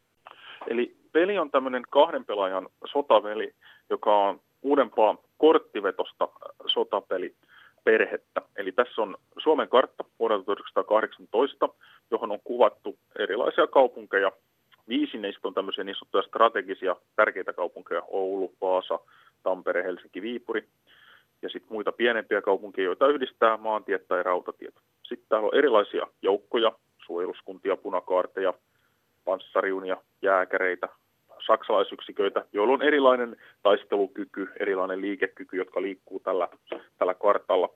Eli peli on tämmöinen 2 pelaajan sotapeli, joka on uudempaa korttivetosta sotapeliperhettä. Eli tässä on Suomen kartta vuodelta 1918, johon on kuvattu erilaisia kaupunkeja. 5 niistä on tämmöisiä niin sanottuja strategisia tärkeitä kaupunkeja: Oulu, Vaasa, Tampere, Helsinki, Viipuri. Ja sitten muita pienempiä kaupunkeja, joita yhdistää maantiet tai rautatiet. Sitten täällä on erilaisia joukkoja, suojeluskuntia, punakaarteja, panssariunia, jääkäreitä, saksalaisyksiköitä, joilla on erilainen taistelukyky, erilainen liikekyky, jotka liikkuu tällä kartalla.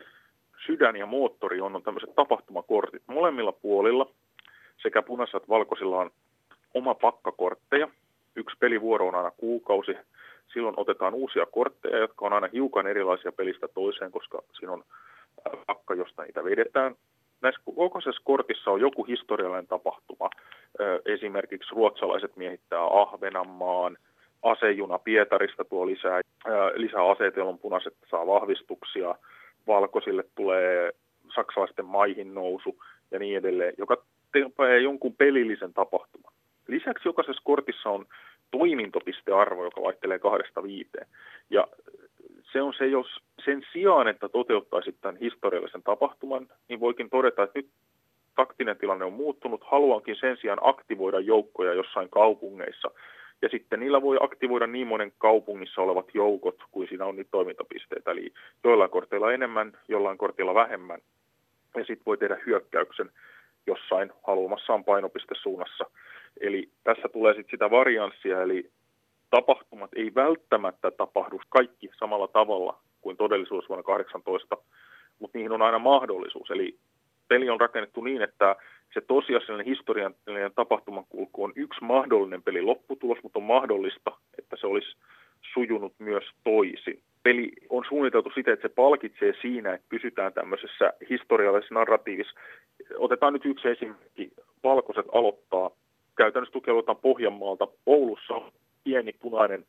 Sydän ja moottori on tämmöiset tapahtumakortit. Molemmilla puolilla sekä punaisilla että valkoisilla on oma pakkakortteja. Yksi pelivuoro on aina kuukausi. Silloin otetaan uusia kortteja, jotka on aina hiukan erilaisia pelistä toiseen, koska siinä on pakka, josta niitä vedetään. Näissä jokaisessa kortissa on joku historiallinen tapahtuma. Esimerkiksi ruotsalaiset miehittää Ahvenanmaan, asejuna Pietarista tuo lisää aseita, jolloin punaiset saa vahvistuksia, valkoisille tulee saksalaisten maihin nousu ja niin edelleen, joka tekee jonkun pelillisen tapahtuman. Lisäksi jokaisessa kortissa on toimintopistearvo, joka vaihtelee 2-5. Ja se on se, jos sen sijaan, että toteuttaisit tämän historiallisen tapahtuman, niin voikin todeta, että nyt taktinen tilanne on muuttunut. Haluankin sen sijaan aktivoida joukkoja jossain kaupungeissa. Ja sitten niillä voi aktivoida niin monen kaupungissa olevat joukot, kuin siinä on niitä toimintapisteitä. Eli joillain korteilla enemmän, jollain kortilla vähemmän. ja sitten voi tehdä hyökkäyksen jossain haluamassaan painopistesuunnassa. Eli tässä tulee sitten sitä varianssia, eli tapahtumat ei välttämättä tapahdu kaikki samalla tavalla kuin todellisuus vuonna 18, mutta niihin on aina mahdollisuus. Eli peli on rakennettu niin, että se tosiasiallinen historiallinen tapahtumankulku on yksi mahdollinen pelin lopputulos, mutta on mahdollista, että se olisi sujunut myös toisin. Peli on suunniteltu siten, että se palkitsee siinä, että pysytään tämmöisessä historiallisessa narratiivissa. Otetaan nyt yksi esimerkki. Valkoiset aloittaa. Käytännössä tukeudutaan Pohjanmaalta. Oulussa on pieni punainen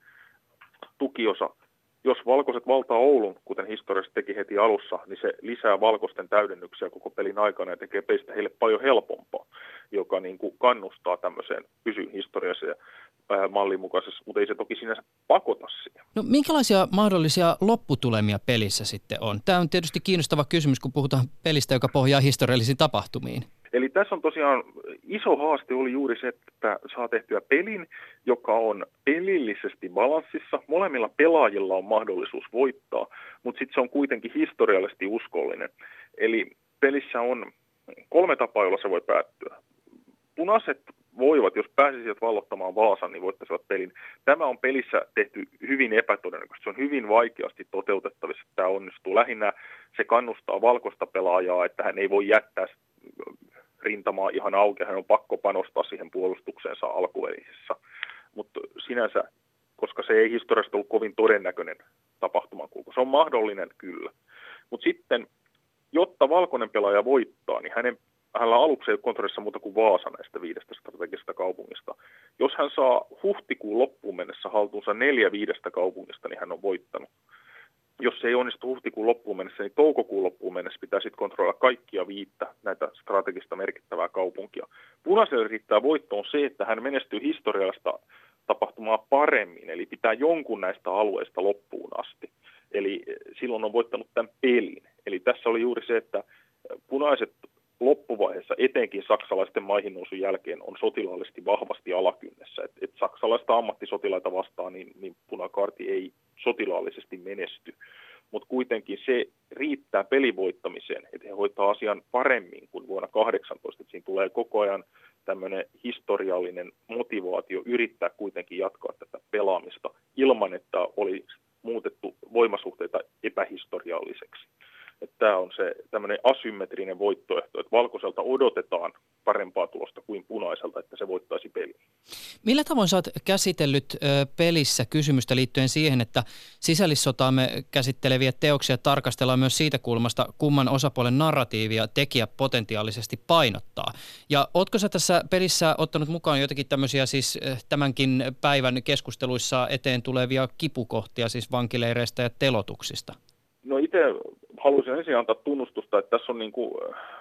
tukiosa. Jos valkoiset valtaa Oulun, kuten historiassa teki heti alussa, niin se lisää valkoisten täydennyksiä koko pelin aikana ja tekee pelistä heille paljon helpompaa, joka niin kuin kannustaa tämmöiseen pysyyn historialliseen mallin mukaisessa, mutta ei se toki sinänsä pakota siihen. No minkälaisia mahdollisia lopputulemia pelissä sitten on? Tämä on tietysti kiinnostava kysymys, kun puhutaan pelistä, joka pohjaa historiallisiin tapahtumiin. Eli tässä on tosiaan iso haaste oli juuri se, että saa tehtyä pelin, joka on pelillisesti balanssissa. Molemmilla pelaajilla on mahdollisuus voittaa, mutta sitten se on kuitenkin historiallisesti uskollinen. Eli pelissä on 3 tapaa, jolla se voi päättyä. Punaiset voivat, jos pääsisivät vallottamaan Vaasan, niin voittaisivat pelin. Tämä on pelissä tehty hyvin epätodennäköisesti. Se on hyvin vaikeasti toteutettavissa, että tämä onnistuu. Lähinnä se kannustaa valkoista pelaajaa, että hän ei voi jättää rintamaa ihan auki. Hän on pakko panostaa siihen puolustukseensa alkuvälisessä. Mutta sinänsä, koska se ei historiasta ollut kovin todennäköinen tapahtumankulku. Se on mahdollinen kyllä. Mutta sitten, jotta valkoinen pelaaja voittaa, niin hänellä aluksi ei ole kontrollissa muuta kuin Vaasa näistä 5 strategisesta kaupungista. Jos hän saa huhtikuun loppuun mennessä haltuunsa 4 5 kaupungista, niin hän on voittanut. Jos se ei onnistu huhtikuun loppuun mennessä, niin toukokuun loppuun mennessä pitää sitten kontrolloida kaikkia 5 näitä strategista merkittävää kaupunkia. Punaiselle riittää voittoon se, että hän menestyy historiallista tapahtumaa paremmin, eli pitää jonkun näistä alueista loppuun asti. Eli silloin on voittanut tämän pelin. Eli tässä oli juuri se, että punaiset loppuvaiheessa, etenkin saksalaisten maihinnousun jälkeen, on sotilaallisesti vahvasti alakynnessä. Et saksalaista ammattisotilaita vastaan, niin punakaarti ei sotilaallisesti menesty. Mutta kuitenkin se riittää pelivoittamiseen, että he hoitaa asian paremmin kuin vuonna 18. Siinä tulee koko ajan tämmöinen historiallinen motivaatio yrittää kuitenkin jatkaa tätä pelaamista ilman, että oli muutettu voimasuhteita epähistorialliseksi. Tämä on se tämmöinen asymmetrinen voittoehto, että valkoiselta odotetaan parempaa tulosta kuin punaiselta, että se voittaisi pelin. Millä tavoin sä oot käsitellyt pelissä kysymystä liittyen siihen, että sisällissotaamme käsitteleviä teoksia tarkastellaan myös siitä kulmasta, kumman osapuolen narratiivia tekijä potentiaalisesti painottaa? Ja ootko sä tässä pelissä ottanut mukaan jotakin tämmöisiä siis tämänkin päivän keskusteluissa eteen tulevia kipukohtia, siis vankileireistä ja telotuksista? No itse haluaisin ensin antaa tunnustusta, että tässä on niin kuin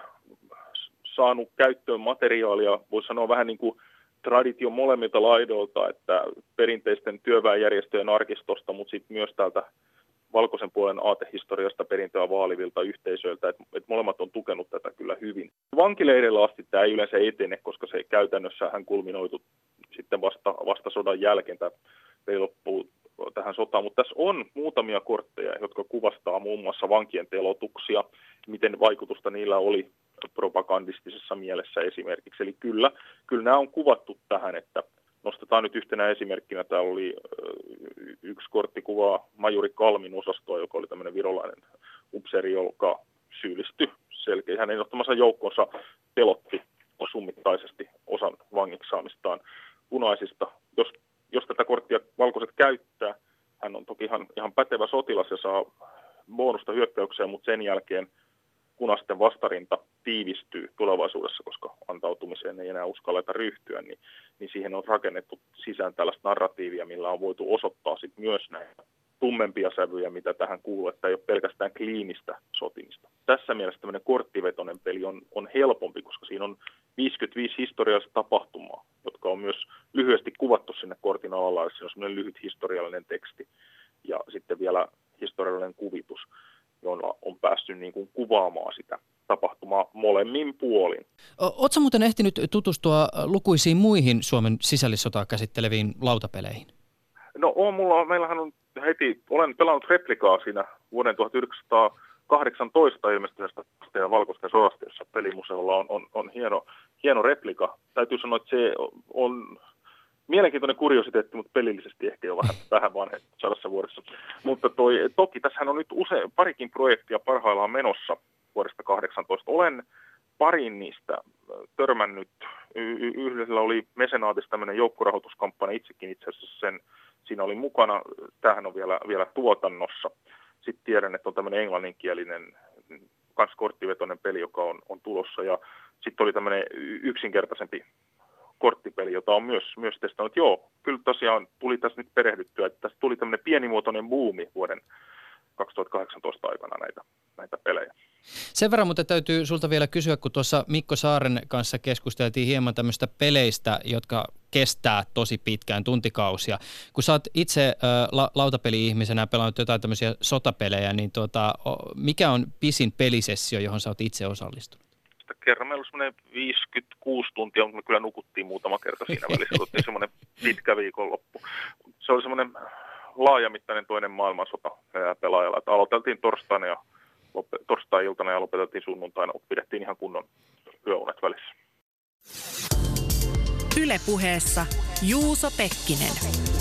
saanut käyttöön materiaalia, voisi sanoa vähän niin kuin tradition molemmilta laidoilta, että perinteisten työväenjärjestöjen arkistosta, mutta sitten myös täältä valkoisen puolen aatehistoriasta perintöä vaalivilta yhteisöiltä, että molemmat on tukenut tätä kyllä hyvin. Vankileireillä asti tämä ei yleensä etene, koska se käytännössä hän kulminoitu sitten vasta sodan jälkeen, tämä peli loppuu tähän sotaan, mutta tässä on muutamia kortteja, jotka kuvastaa muun muassa vankien telotuksia, miten vaikutusta niillä oli propagandistisessa mielessä esimerkiksi. Eli kyllä nämä on kuvattu tähän, että nostetaan nyt yhtenä esimerkkinä, täällä oli yksi kortti kuvaa majuri Kalmin osastoa, joka oli tämmöinen virolainen upseeri, joka syyllistyi selkeä. Hänen johtamansa joukkonsa pelotti summittaisesti osan vangiksi saamistaan punaisista. Jos tätä korttia valkoiset käyttää, hän on toki ihan pätevä sotilas ja saa bonusta hyökkäykseen, mutta sen jälkeen punaisten vastarinta tiivistyy tulevaisuudessa, koska antautumiseen ei enää uskalleta ryhtyä, niin siihen on rakennettu sisään tällaista narratiivia, millä on voitu osoittaa sit myös näitä tummempia sävyjä, mitä tähän kuuluu, että ei ole pelkästään kliinistä sotimista. Tässä mielessä tämmöinen korttivetoinen peli on helpompi, koska siinä on 55 historiallista tapahtumaa, jotka on myös lyhyesti kuvattu sinne kortin alalla, siinä on semmoinen lyhyt historiallinen teksti ja sitten vielä historiallinen kuvitus, jolla on päässyt niin kuin kuvaamaan sitä tapahtumaa molemmin puolin. Oletko muuten ehtinyt tutustua lukuisiin muihin Suomen sisällissotaa käsitteleviin lautapeleihin? No meillähän on olen pelannut replikaa siinä vuoden 1982 2018 ilmestyneestä ja Valkoisten sodasta, jossa pelimuseolla on hieno replika. Täytyy sanoa, että se on mielenkiintoinen kuriositeetti, mutta pelillisesti ehkä jo vähän vanha 100 vuodessa. Mutta toki tässähän on nyt parikin projektia parhaillaan menossa vuodesta 2018. Olen parin niistä törmännyt. Yhdellä oli Mesenaatissa tämmöinen joukkorahoituskampanja, itsekin itse asiassa siinä oli mukana. Tämähän on vielä tuotannossa. Sitten tiedän, että on tämmöinen englanninkielinen, kans korttivetoinen peli, joka on tulossa. Ja sitten oli tämmöinen yksinkertaisempi korttipeli, jota on myös testannut. Joo, kyllä tosiaan tuli tässä nyt perehdyttyä, että tässä tuli tämmöinen pienimuotoinen buumi vuoden 2018 aikana näitä pelejä. Sen verran, mutta täytyy sulta vielä kysyä, kun tuossa Mikko Saaren kanssa keskusteltiin hieman tämmöistä peleistä, jotka kestää tosi pitkään, tuntikausia. Kun sä oot itse lautapeli-ihmisenä pelannut jotain tämmöisiä sotapelejä, niin mikä on pisin pelisessio, johon sä oot itse osallistunut? Kerran meillä oli semmoinen 56 tuntia, mutta me kyllä nukuttiin muutama kerta siinä välissä. Otettiin semmoinen pitkä viikonloppu. Se oli semmoinen laajamittainen toinen maailmansota pelaajalla. Että aloiteltiin torstai-iltana ja lopeteltiin sunnuntaina, mutta pidettiin ihan kunnon yöunet välissä. Yle Puheessa Juuso Pekkinen.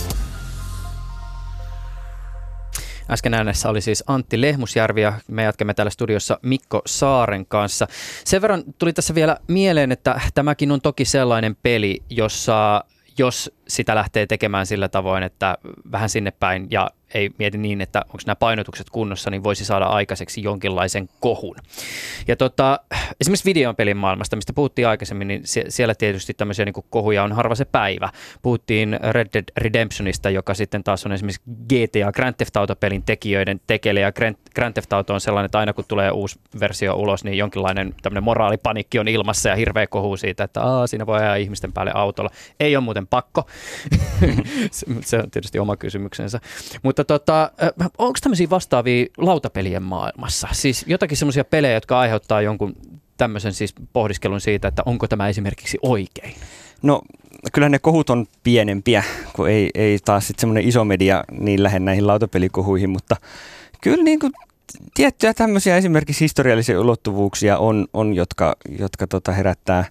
Äsken äänessä oli siis Antti Lehmusjärvi ja me jatkamme täällä studiossa Mikko Saaren kanssa. Sen verran tuli tässä vielä mieleen, että tämäkin on toki sellainen peli, jossa jos sitä lähtee tekemään sillä tavoin, että vähän sinne päin ja ei mieti niin, että onko nämä painotukset kunnossa, niin voisi saada aikaiseksi jonkinlaisen kohun. Ja esimerkiksi videopelin maailmasta, mistä puhuttiin aikaisemmin, niin siellä tietysti tämmöisiä niin kuin kohuja on harva se päivä. Puhuttiin Red Dead Redemptionista, joka sitten taas on esimerkiksi GTA Grand Theft Auto-pelin tekijöiden tekele, ja Grand Theft Auto on sellainen, että aina kun tulee uusi versio ulos, niin jonkinlainen tämmöinen moraalipanikki on ilmassa ja hirveä kohu siitä, että siinä voi ajaa ihmisten päälle autolla. Ei ole muuten pakko. Se on tietysti oma kysymyksensä. Mutta onko tämmöisiä vastaavia lautapelien maailmassa? Siis jotakin semmoisia pelejä, jotka aiheuttaa jonkun tämmöisen siis pohdiskelun siitä, että onko tämä esimerkiksi oikein? No kyllä ne kohut on pienempiä, kun ei taas sitten semmoinen iso media niin lähde näihin lautapelikohuihin, mutta kyllä niin kuin tiettyjä tämmöisiä esimerkiksi historiallisia ulottuvuuksia on jotka herättää.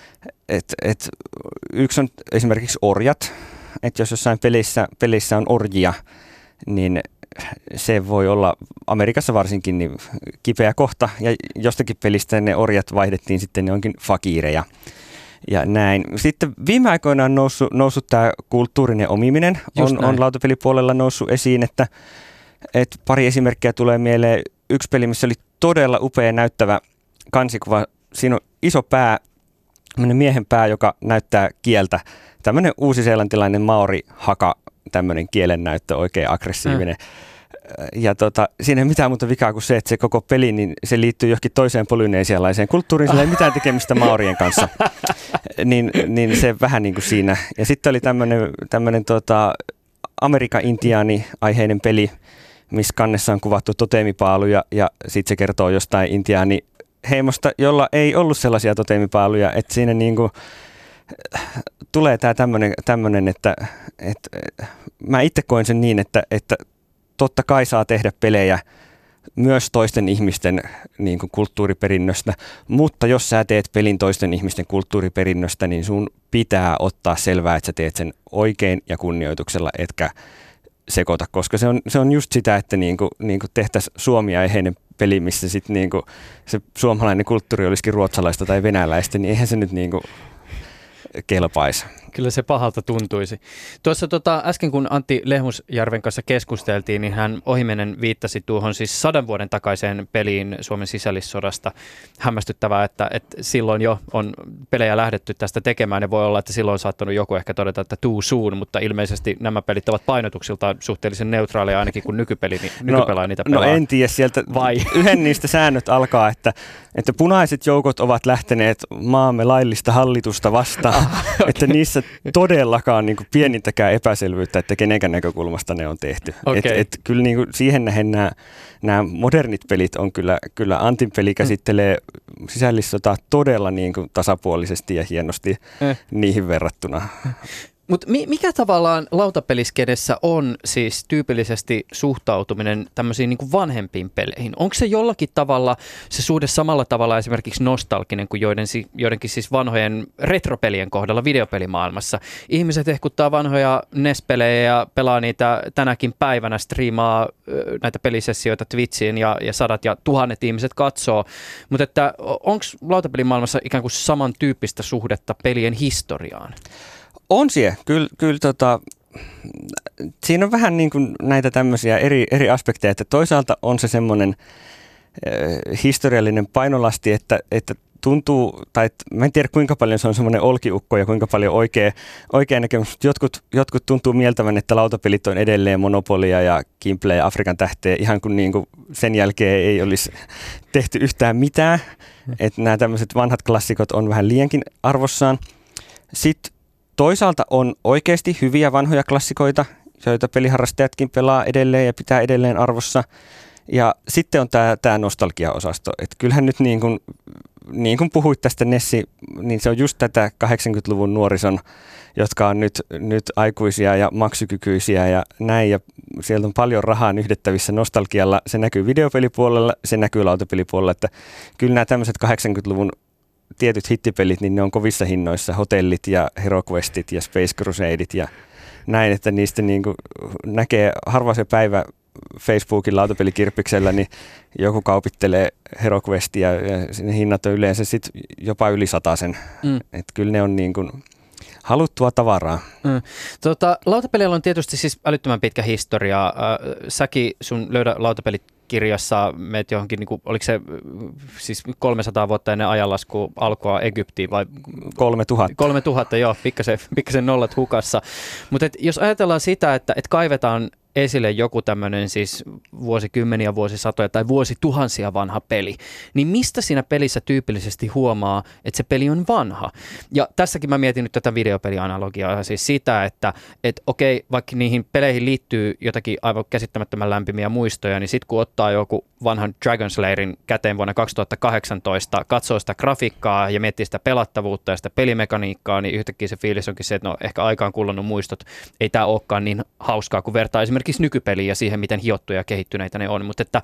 Yksi on esimerkiksi orjat, että jos jossain pelissä on orjia, niin se voi olla Amerikassa varsinkin niin kipeä kohta, ja jostakin pelistä ne orjat vaihdettiin sitten jonkin fakiireja ja näin. Sitten viime aikoina on noussut tämä kulttuurinen omiminen, on lautapelipuolella noussut esiin, että pari esimerkkiä tulee mieleen. Yksi peli, missä oli todella upea näyttävä kansikuva, siinä on iso pää, miehen pää, joka näyttää kieltä, tämmöinen uusiseelantilainen maori-haka, tämmöinen kielennäyttö, oikein aggressiivinen. Ja siinä ei mitään muuta vikaa kuin se, että se koko peli, niin se liittyy johonkin toiseen polyneesialaiseen kulttuuriin, sillä ei mitään tekemistä maorien kanssa. niin se vähän niin kuin siinä. Ja sitten oli tämmöinen Amerikan intiaani-aiheinen peli, missä kannessa on kuvattu toteemipaaluja, ja sitten se kertoo jostain intiaani-heimosta, jolla ei ollut sellaisia toteemipaaluja, että siinä niinku tulee tämä tämmöinen, että mä itse koen sen niin, että totta kai saa tehdä pelejä myös toisten ihmisten niin kuin kulttuuriperinnöstä, mutta jos sä teet pelin toisten ihmisten kulttuuriperinnöstä, niin sun pitää ottaa selvää, että sä teet sen oikein ja kunnioituksella, etkä sekoita, koska se on just sitä, että niin kuin tehtäisiin suomi-aiheinen peli, missä sitten niin kuin se suomalainen kulttuuri olisikin ruotsalaista tai venäläistä, niin eihän se nyt niin kuin kelpaisi. Kyllä se pahalta tuntuisi. Tuossa äsken kun Antti Lehmusjärven kanssa keskusteltiin, niin hän ohimennen viittasi tuohon siis 100 vuoden takaiseen peliin Suomen sisällissodasta. Hämmästyttävää, että silloin jo on pelejä lähdetty tästä tekemään ja voi olla, että silloin on saattanut joku ehkä todeta, että too soon, mutta ilmeisesti nämä pelit ovat painotuksiltaan suhteellisen neutraaleja ainakin kun nykypelaaja niitä pelaa. No en tiedä, sieltä yhden niistä säännöt alkaa, että punaiset joukot ovat lähteneet maamme laillista hallitusta vastaan, että niissä todellakaan niin kuin pienintäkään epäselvyyttä, että kenenkään näkökulmasta ne on tehty. Okay. Kyllä niin kuin siihen nähden nämä modernit pelit on kyllä Antin peli käsittelee sisällissotaa todella niin kuin tasapuolisesti ja hienosti niihin verrattuna. Mutta mikä tavallaan lautapeliskenessä on siis tyypillisesti suhtautuminen tämmöisiin niin kuin vanhempiin peleihin? Onko se jollakin tavalla se suhde samalla tavalla esimerkiksi nostalginen kuin joidenkin siis vanhojen retropelien kohdalla videopelimaailmassa? Ihmiset ehkuttaa vanhoja NES-pelejä ja pelaa niitä tänäkin päivänä, striimaa näitä pelisessioita Twitchiin ja sadat ja tuhannet ihmiset katsoo. Mutta että onko lautapelimaailmassa ikään kuin samantyyppistä suhdetta pelien historiaan? On siellä. Kyllä siinä on vähän niin kuin näitä tämmöisiä eri aspekteja, että toisaalta on se semmoinen historiallinen painolasti, että tuntuu, tai mä en tiedä kuinka paljon se on semmoinen olkiukko ja kuinka paljon oikea näkemys. Jotkut tuntuu mieltävän, että lautapelit on edelleen Monopolia ja Gimpleä ja Afrikan tähteä, ihan kuin niinku sen jälkeen ei olisi tehty yhtään mitään. Että nämä tämmöiset vanhat klassikot on vähän liiankin arvossaan. Sitten toisaalta on oikeasti hyviä vanhoja klassikoita, joita peliharrastajatkin pelaa edelleen ja pitää edelleen arvossa. Ja sitten on tämä nostalgia-osasto. Että kyllähän nyt niin kuin puhuit tästä Nessi, niin se on just tätä 80-luvun nuorison, jotka on nyt aikuisia ja maksukykyisiä ja näin. Ja sieltä on paljon rahaa nyhdettävissä nostalgialla. Se näkyy videopelipuolella, se näkyy lautapelipuolella. Että kyllä nämä tämmöiset 80-luvun tietyt hittipelit, niin ne on kovissa hinnoissa. Hotellit ja HeroQuestit ja Space Crusadeit ja näin, että niistä niin kuin näkee harva se päivä Facebookin lautapelikirppiksellä, niin joku kaupittelee HeroQuestia ja sinne hinnat on yleensä sit jopa yli 100. Että kyllä ne on niin kuin haluttua tavaraa. Lautapeleillä on tietysti siis älyttömän pitkä historia. Säkin sun Löydä lautapelikirjassa meet johonkin, niin kuin, oliko se siis 300 vuotta ennen ajanlaskua alkua Egyptiin vai? 3000. 3000, joo, pikkasen nollat hukassa. Mutta jos ajatellaan sitä, että kaivetaan esille joku tämmöinen siis vuosikymmeniä, vuosisatoja tai vuosituhansia vanha peli, niin mistä siinä pelissä tyypillisesti huomaa, että se peli on vanha? Ja tässäkin mä mietin nyt tätä videopelianalogiaa, siis sitä, että okei, vaikka niihin peleihin liittyy jotakin aivan käsittämättömän lämpimiä muistoja, niin sitten kun ottaa joku vanhan Dragon Slayerin käteen vuonna 2018, katsoo sitä grafiikkaa ja miettii sitä pelattavuutta ja sitä pelimekaniikkaa, niin yhtäkkiä se fiilis onkin se, että no ehkä aikaan kulunut muistot, ei tämä olekaan niin hauskaa kuin vertaa esimerkiksi nykypeliä ja siihen, miten hiottuja ja kehittyneitä ne on, mutta että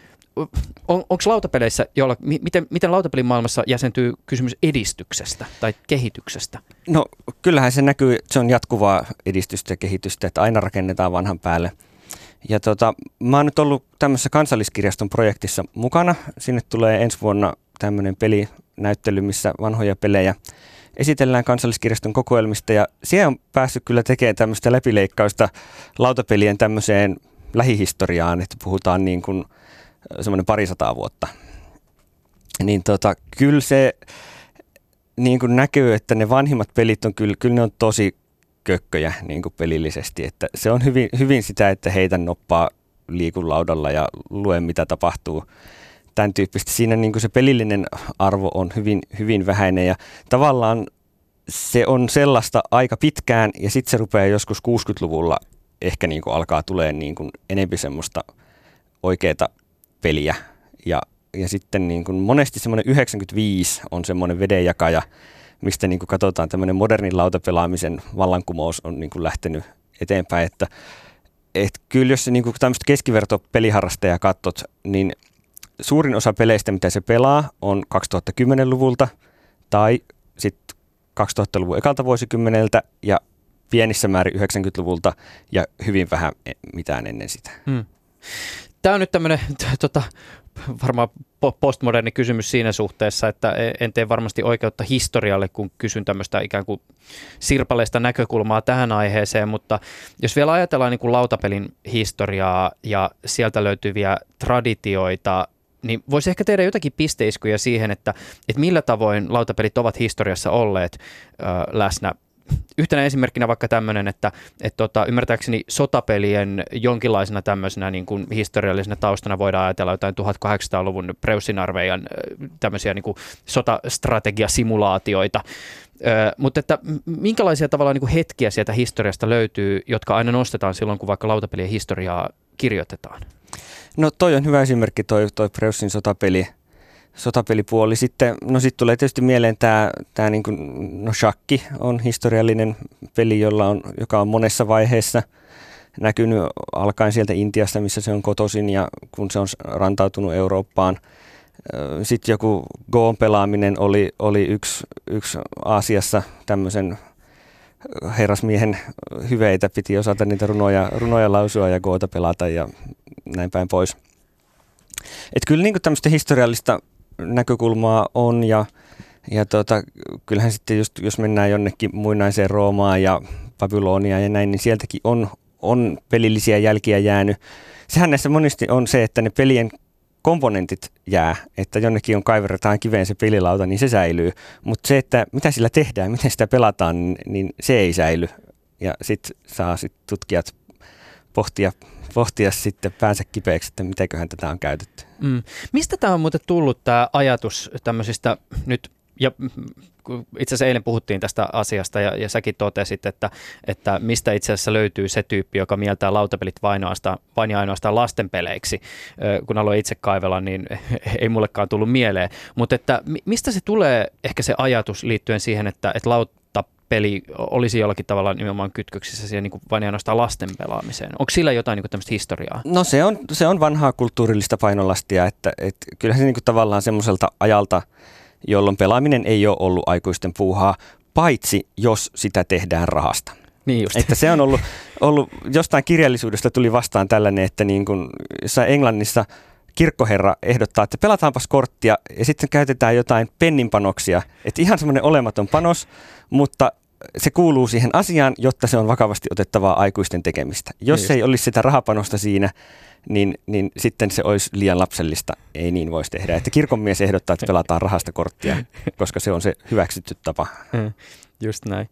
onko lautapeleissä, miten lautapelimaailmassa jäsentyy kysymys edistyksestä tai kehityksestä? No kyllähän se näkyy, se on jatkuvaa edistystä ja kehitystä, että aina rakennetaan vanhan päälle. Ja mä oon nyt ollut tämmöisessä Kansalliskirjaston projektissa mukana. Sinne tulee ensi vuonna tämmöinen pelinäyttely, missä vanhoja pelejä esitellään Kansalliskirjaston kokoelmista. Ja siellä on päässyt kyllä tekemään tämmöistä läpileikkausta lautapelien tämmöiseen lähihistoriaan, että puhutaan niin kuin semmoinen 200 vuotta. Niin kyllä se niin kuin näkyy, että ne vanhimmat pelit on kyllä ne on tosi kökköjä niin kuin pelillisesti, että se on hyvin sitä, että heitän noppaa, liikun laudalla ja luen mitä tapahtuu. Tämän tyyppistä. Siinä niin kuin se pelillinen arvo on hyvin vähäinen ja tavallaan se on sellaista aika pitkään ja sitten se rupeaa joskus 60-luvulla ehkä niin kuin alkaa tulemaan niin kuin enemmän semmoista oikeaa peliä ja sitten niin kuin monesti semmoinen 95 on semmoinen vedenjakaja, mistä niin kuin katsotaan tämmöinen modernin lautapelaamisen vallankumous on niin kuin lähtenyt eteenpäin, että kyllä jos se niin kuin tämmöistä keskivertopeliharrastajaa katsot, niin suurin osa peleistä, mitä se pelaa, on 2010-luvulta tai sitten 2000-luvun ekalta vuosikymmeneltä ja pienissä määrin 90-luvulta ja hyvin vähän mitään ennen sitä. Tämä on nyt tämmöinen varmaan postmoderni kysymys siinä suhteessa, että en tee varmasti oikeutta historialle, kun kysyn tämmöistä ikään kuin sirpaleista näkökulmaa tähän aiheeseen, mutta jos vielä ajatellaan niin kuin lautapelin historiaa ja sieltä löytyviä traditioita, niin voisi ehkä tehdä jotakin pisteiskuja siihen, että millä tavoin lautapelit ovat historiassa olleet läsnä. Yhtenä esimerkkinä vaikka tämmöinen, että ymmärtääkseni sotapelien jonkinlaisena tämmöisenä niin kuin historiallisena taustana voidaan ajatella jotain 1800-luvun Preussin armeijan tämmöisiä niin kuin sotastrategiasimulaatioita. Mutta että minkälaisia tavallaan niin kuin hetkiä sieltä historiasta löytyy, jotka aina nostetaan silloin, kun vaikka lautapelien historiaa kirjoitetaan? No toi on hyvä esimerkki, toi Preussin sotapeli. sotapelipuoli. Sitten tulee tietysti mieleen tämä shakki on historiallinen peli, joka on monessa vaiheessa näkynyt alkaen sieltä Intiasta, missä se on kotoisin ja kun se on rantautunut Eurooppaan. Sitten joku Goon pelaaminen oli yksi Aasiassa tämmöisen herrasmiehen hyveitä, piti osata niitä runoja lausua ja Goota pelata ja näin päin pois. Et kyllä niin kuin tämmöistä historiallista näkökulmaa on ja kyllähän sitten just, jos mennään jonnekin muinaiseen Roomaan ja Babyloniaan ja näin, niin sieltäkin on pelillisiä jälkiä jäänyt. Sehän näissä monesti on se, että ne pelien komponentit jää, että jonnekin kaiverretaan kiveen se pelilauta, niin se säilyy. Mutta se, että mitä sillä tehdään, miten sitä pelataan, niin se ei säily. Ja sitten saa tutkijat pohtia sitten päänsä kipeäksi, että mitenköhän tätä on käytetty. Mistä tämä on muuten tullut tämä ajatus tämmöisistä nyt, ja itse asiassa eilen puhuttiin tästä asiasta ja säkin totesit, että mistä itse asiassa löytyy se tyyppi, joka mieltää lautapelit vain ja ainoastaan lastenpeleiksi. Kun aloin itse kaivella, niin ei mullekaan tullut mieleen. Mutta että mistä se tulee ehkä se ajatus liittyen siihen, että lautapeli olisi jollakin tavalla nimenomaan kytköksissä siihen niin kuin vain ja ainoastaan lasten pelaamiseen? Onko sillä jotain niin kuin tämmöistä historiaa? No se on vanhaa kulttuurillista painolastia, että kyllähän se niin kuin tavallaan semmoiselta ajalta, jolloin pelaaminen ei ole ollut aikuisten puuhaa, paitsi jos sitä tehdään rahasta. Niin just. Että se on ollut jostain kirjallisuudesta tuli vastaan tällainen, että niin kuin jossain Englannissa kirkkoherra ehdottaa, että pelataanpas korttia ja sitten käytetään jotain penninpanoksia. Että ihan semmoinen olematon panos, mutta se kuuluu siihen asiaan, jotta se on vakavasti otettavaa aikuisten tekemistä. Jos ei olisi sitä rahapanosta siinä, niin sitten se olisi liian lapsellista. Ei niin voisi tehdä. Että kirkonmies ehdottaa, että pelataan rahasta korttia, koska se on se hyväksytty tapa. Just näin.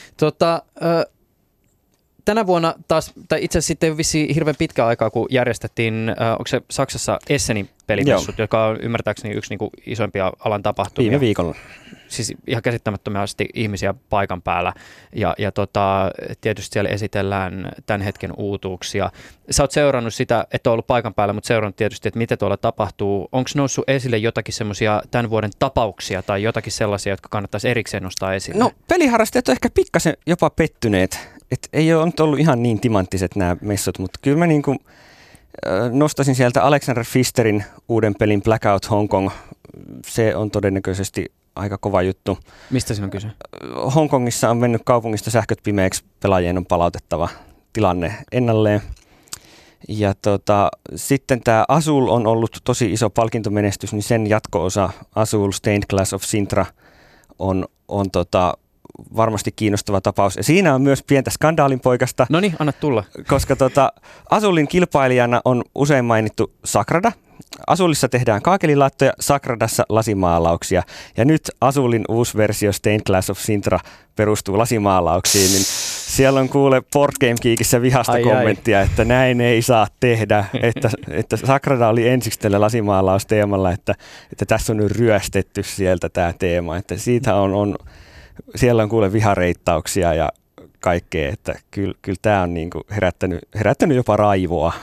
Tänä vuonna taas, tai itse asiassa sitten vissiin hirveän pitkä aikaa, kun järjestettiin, onko se Saksassa Essenin pelimessut, joka on ymmärtääkseni yksi niin kuin isoimpia alan tapahtumia. Viime viikolla. Siis ihan käsittämättömästi ihmisiä paikan päällä ja tietysti siellä esitellään tämän hetken uutuuksia. Sä oot seurannut sitä, et ole ollut paikan päällä, mutta seurannut tietysti, että mitä tuolla tapahtuu. Onko noussut esille jotakin semmoisia tämän vuoden tapauksia tai jotakin sellaisia, jotka kannattaisi erikseen nostaa esille? No peliharrastajat on ehkä pikkasen jopa pettyneet. Et ei ole nyt ollut ihan niin timanttiset nämä messut, mutta kyllä mä niin kuin nostasin sieltä Alexander Pfisterin uuden pelin Blackout Hong Kong. Se on todennäköisesti aika kova juttu. Mistä siinä on kyse? Hongkongissa on mennyt kaupungista sähköt pimeäksi, pelaajien on palautettava tilanne ennalleen. Ja sitten tämä Azul on ollut tosi iso palkintomenestys, niin sen jatko-osa Azul Stained Glass of Sintra on varmasti kiinnostava tapaus. Ja siinä on myös pientä skandaalinpoikasta. No niin, anna tulla. Koska Azulin kilpailijana on usein mainittu Sagrada. Azulissa tehdään kaakelilaattoja, Sagradassa lasimaalauksia. Ja nyt Azulin uusi versio Stained Glass of Sintra perustuu lasimaalauksiin, niin siellä on kuule Board Game Geekissä vihasta kommenttia, että näin ei saa tehdä. Että Sagrada oli ensiksi tällä lasimaalausteemalla, että tässä on nyt ryöstetty sieltä tämä teema. Että siitä siellä on kuule vihareittauksia ja kaikkea, että kyllä tämä on niinku herättänyt jopa raivoa.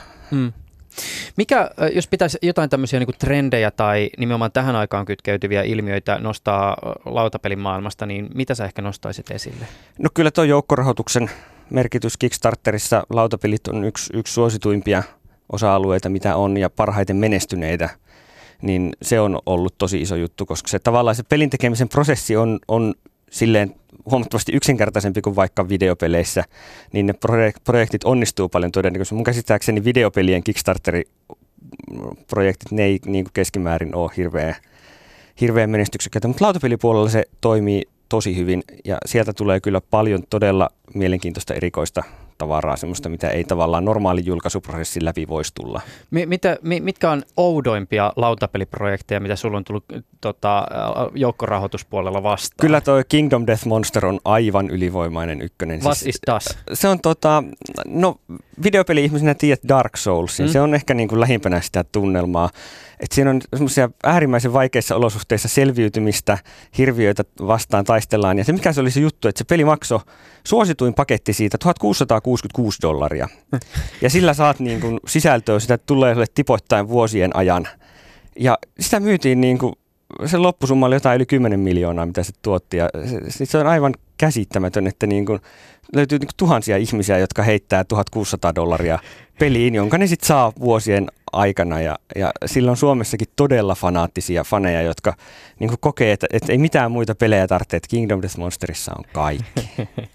Mikä, jos pitäisi jotain tämmöisiä niinku trendejä tai nimenomaan tähän aikaan kytkeytyviä ilmiöitä nostaa lautapelin maailmasta, niin mitä sä ehkä nostaisit esille? No kyllä tuo joukkorahoituksen merkitys Kickstarterissa, lautapelit on yksi suosituimpia osa-alueita, mitä on, ja parhaiten menestyneitä, niin se on ollut tosi iso juttu, koska se tavallaan se pelin tekemisen prosessi on silleen huomattavasti yksinkertaisempi kuin vaikka videopeleissä, niin ne projektit onnistuu paljon todennäköisesti. Mun käsittääkseni videopelien Kickstarter-projektit, ne ei niin kuin keskimäärin ole hirveän menestyksekkäitä, mutta lautapelipuolella se toimii tosi hyvin ja sieltä tulee kyllä paljon todella mielenkiintoista erikoista tavaraa, semmoista, mitä ei tavallaan normaali julkaisuprosessin läpi voisi tulla. Mitkä on oudoimpia lautapeliprojekteja, mitä sulla on tullut joukkorahoituspuolella vastaan? Kyllä toi Kingdom Death Monster on aivan ylivoimainen ykkönen. What is das? Se on videopeli-ihmisenä tiedät Dark Soulsin. Se on ehkä niin kuin lähimpänä sitä tunnelmaa. Että siinä on semmoisia äärimmäisen vaikeissa olosuhteissa selviytymistä, hirviöitä vastaan taistellaan. Ja se mikä se oli se juttu, että se peli maksoi suosituin paketti siitä $1,666. Ja sillä saat niin kuin sisältöä, sitä tulee tipoittain vuosien ajan. Ja sitä myytiin niin kuin se loppusumma oli jotain yli 10 miljoonaa, mitä se tuotti. Ja se on aivan käsittämätön, että niin kuin löytyy niin kuin tuhansia ihmisiä, jotka heittää $1,600 peliin, jonka ne sitten saa vuosien aikana. Ja sillä on Suomessakin todella fanaattisia faneja, jotka niin kuin kokee, että ei mitään muita pelejä tarvitse, että Kingdom Death Monsterissa on kaikki.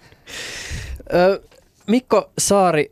Mikko Saari,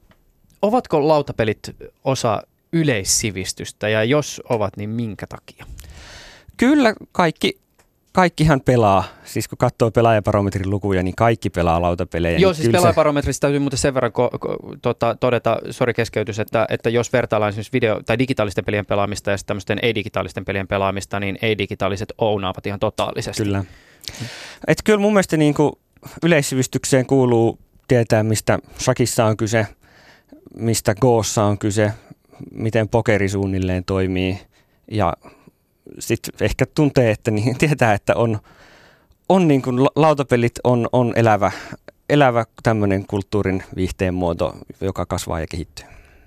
ovatko lautapelit osa yleissivistystä ja jos ovat, niin minkä takia? Kyllä kaikkihan pelaa. Siis kun katsoo pelaajabarometrin lukuja, niin kaikki pelaa lautapelejä. Joo, niin siis pelaajabarometrista täytyy muuten sen verran todeta, keskeytys, että jos vertaillaan esimerkiksi tai digitaalisten pelien pelaamista ja tämmöisten ei-digitaalisten pelien pelaamista, niin ei-digitaaliset ounaavat ihan totaalisesti. Kyllä. Kyllä mun mielestä niin kuin yleissivistykseen kuuluu tietää, mistä shakissa on kyse, mistä goossa on kyse, miten pokeri suunnilleen toimii ja sitten ehkä tuntee, että niin, tietää, että on niin kuin lautapelit on elävä tämmöinen kulttuurin viihteen muoto, joka kasvaa ja kehittyy.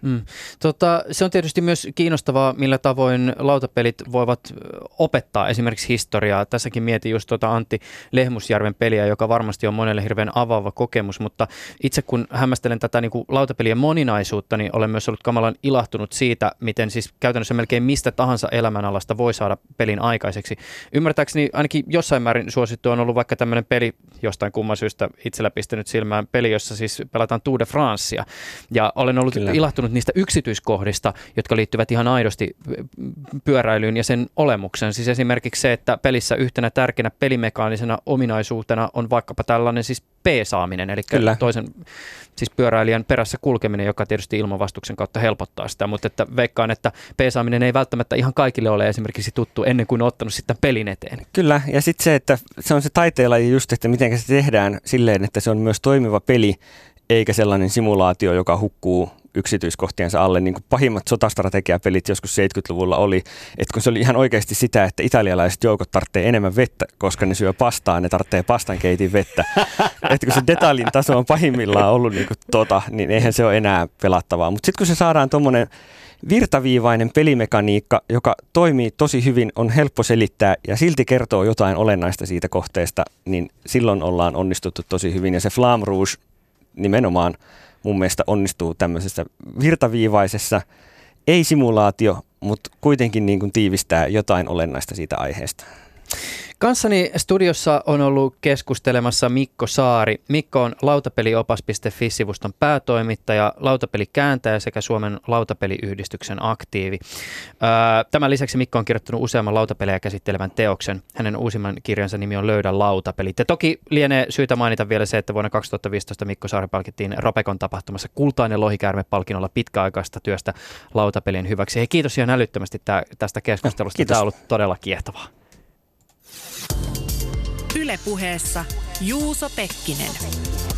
Se on tietysti myös kiinnostavaa, millä tavoin lautapelit voivat opettaa esimerkiksi historiaa. Tässäkin mietin just Antti Lehmusjärven peliä, joka varmasti on monelle hirveän avaava kokemus, mutta itse kun hämmästelen tätä niin kuin lautapelien moninaisuutta, niin olen myös ollut kamalan ilahtunut siitä, miten siis käytännössä melkein mistä tahansa elämänalasta voi saada pelin aikaiseksi. Ymmärtääkseni ainakin jossain määrin suosittu on ollut vaikka tämmöinen peli, jostain kumman syystä itsellä pistänyt silmään peli, jossa siis pelataan Tour de Francea. Ja olen ollut ilahtunut niistä yksityiskohdista, jotka liittyvät ihan aidosti pyöräilyyn ja sen olemukseen. Siis esimerkiksi se, että pelissä yhtenä tärkeänä pelimekaanisena ominaisuutena on vaikkapa tällainen siis peesaaminen, eli toisen siis pyöräilijän perässä kulkeminen, joka tietysti ilmanvastuksen kautta helpottaa sitä, mutta että veikkaan, että peesaaminen ei välttämättä ihan kaikille ole esimerkiksi tuttu ennen kuin on ottanut sitten pelin eteen. Kyllä, ja sitten se, että se on se taiteenlaji just, että miten se tehdään silleen, että se on myös toimiva peli, eikä sellainen simulaatio, joka hukkuu yksityiskohtiensa alle, niin kuin pahimmat sotastrategiapelit joskus 70-luvulla oli, että kun se oli ihan oikeasti sitä, että italialaiset joukot tarvitsee enemmän vettä, koska ne syö pastaa, ne tarvitsee pastankeitin vettä. Että kun se detaljin taso on pahimmillaan ollut niin eihän se ole enää pelattavaa. Mutta sitten kun se saadaan tuommoinen virtaviivainen pelimekaniikka, joka toimii tosi hyvin, on helppo selittää ja silti kertoo jotain olennaista siitä kohteesta, niin silloin ollaan onnistuttu tosi hyvin. Ja se Flamme Rouge nimenomaan mun mielestä onnistuu tämmöisessä virtaviivaisessa, ei simulaatio, mutta kuitenkin niin kuin tiivistää jotain olennaista siitä aiheesta. Kanssani studiossa on ollut keskustelemassa Mikko Saari. Mikko on lautapeliopas.fi-sivuston päätoimittaja, lautapelikääntäjä sekä Suomen lautapeliyhdistyksen aktiivi. Tämän lisäksi Mikko on kirjoittanut useamman lautapelejä käsittelevän teoksen. Hänen uusimman kirjansa nimi on Löydä lautapelit. Ja toki lienee syytä mainita vielä se, että vuonna 2015 Mikko Saari palkittiin Ropekon tapahtumassa Kultainen lohikäärme-palkinnolla pitkäaikaista työstä lautapelien hyväksi. Hei, kiitos ihan älyttömästi tästä keskustelusta. Kiitos. Tämä on ollut todella kiehtovaa. Yle Puheessa Juuso Pekkinen.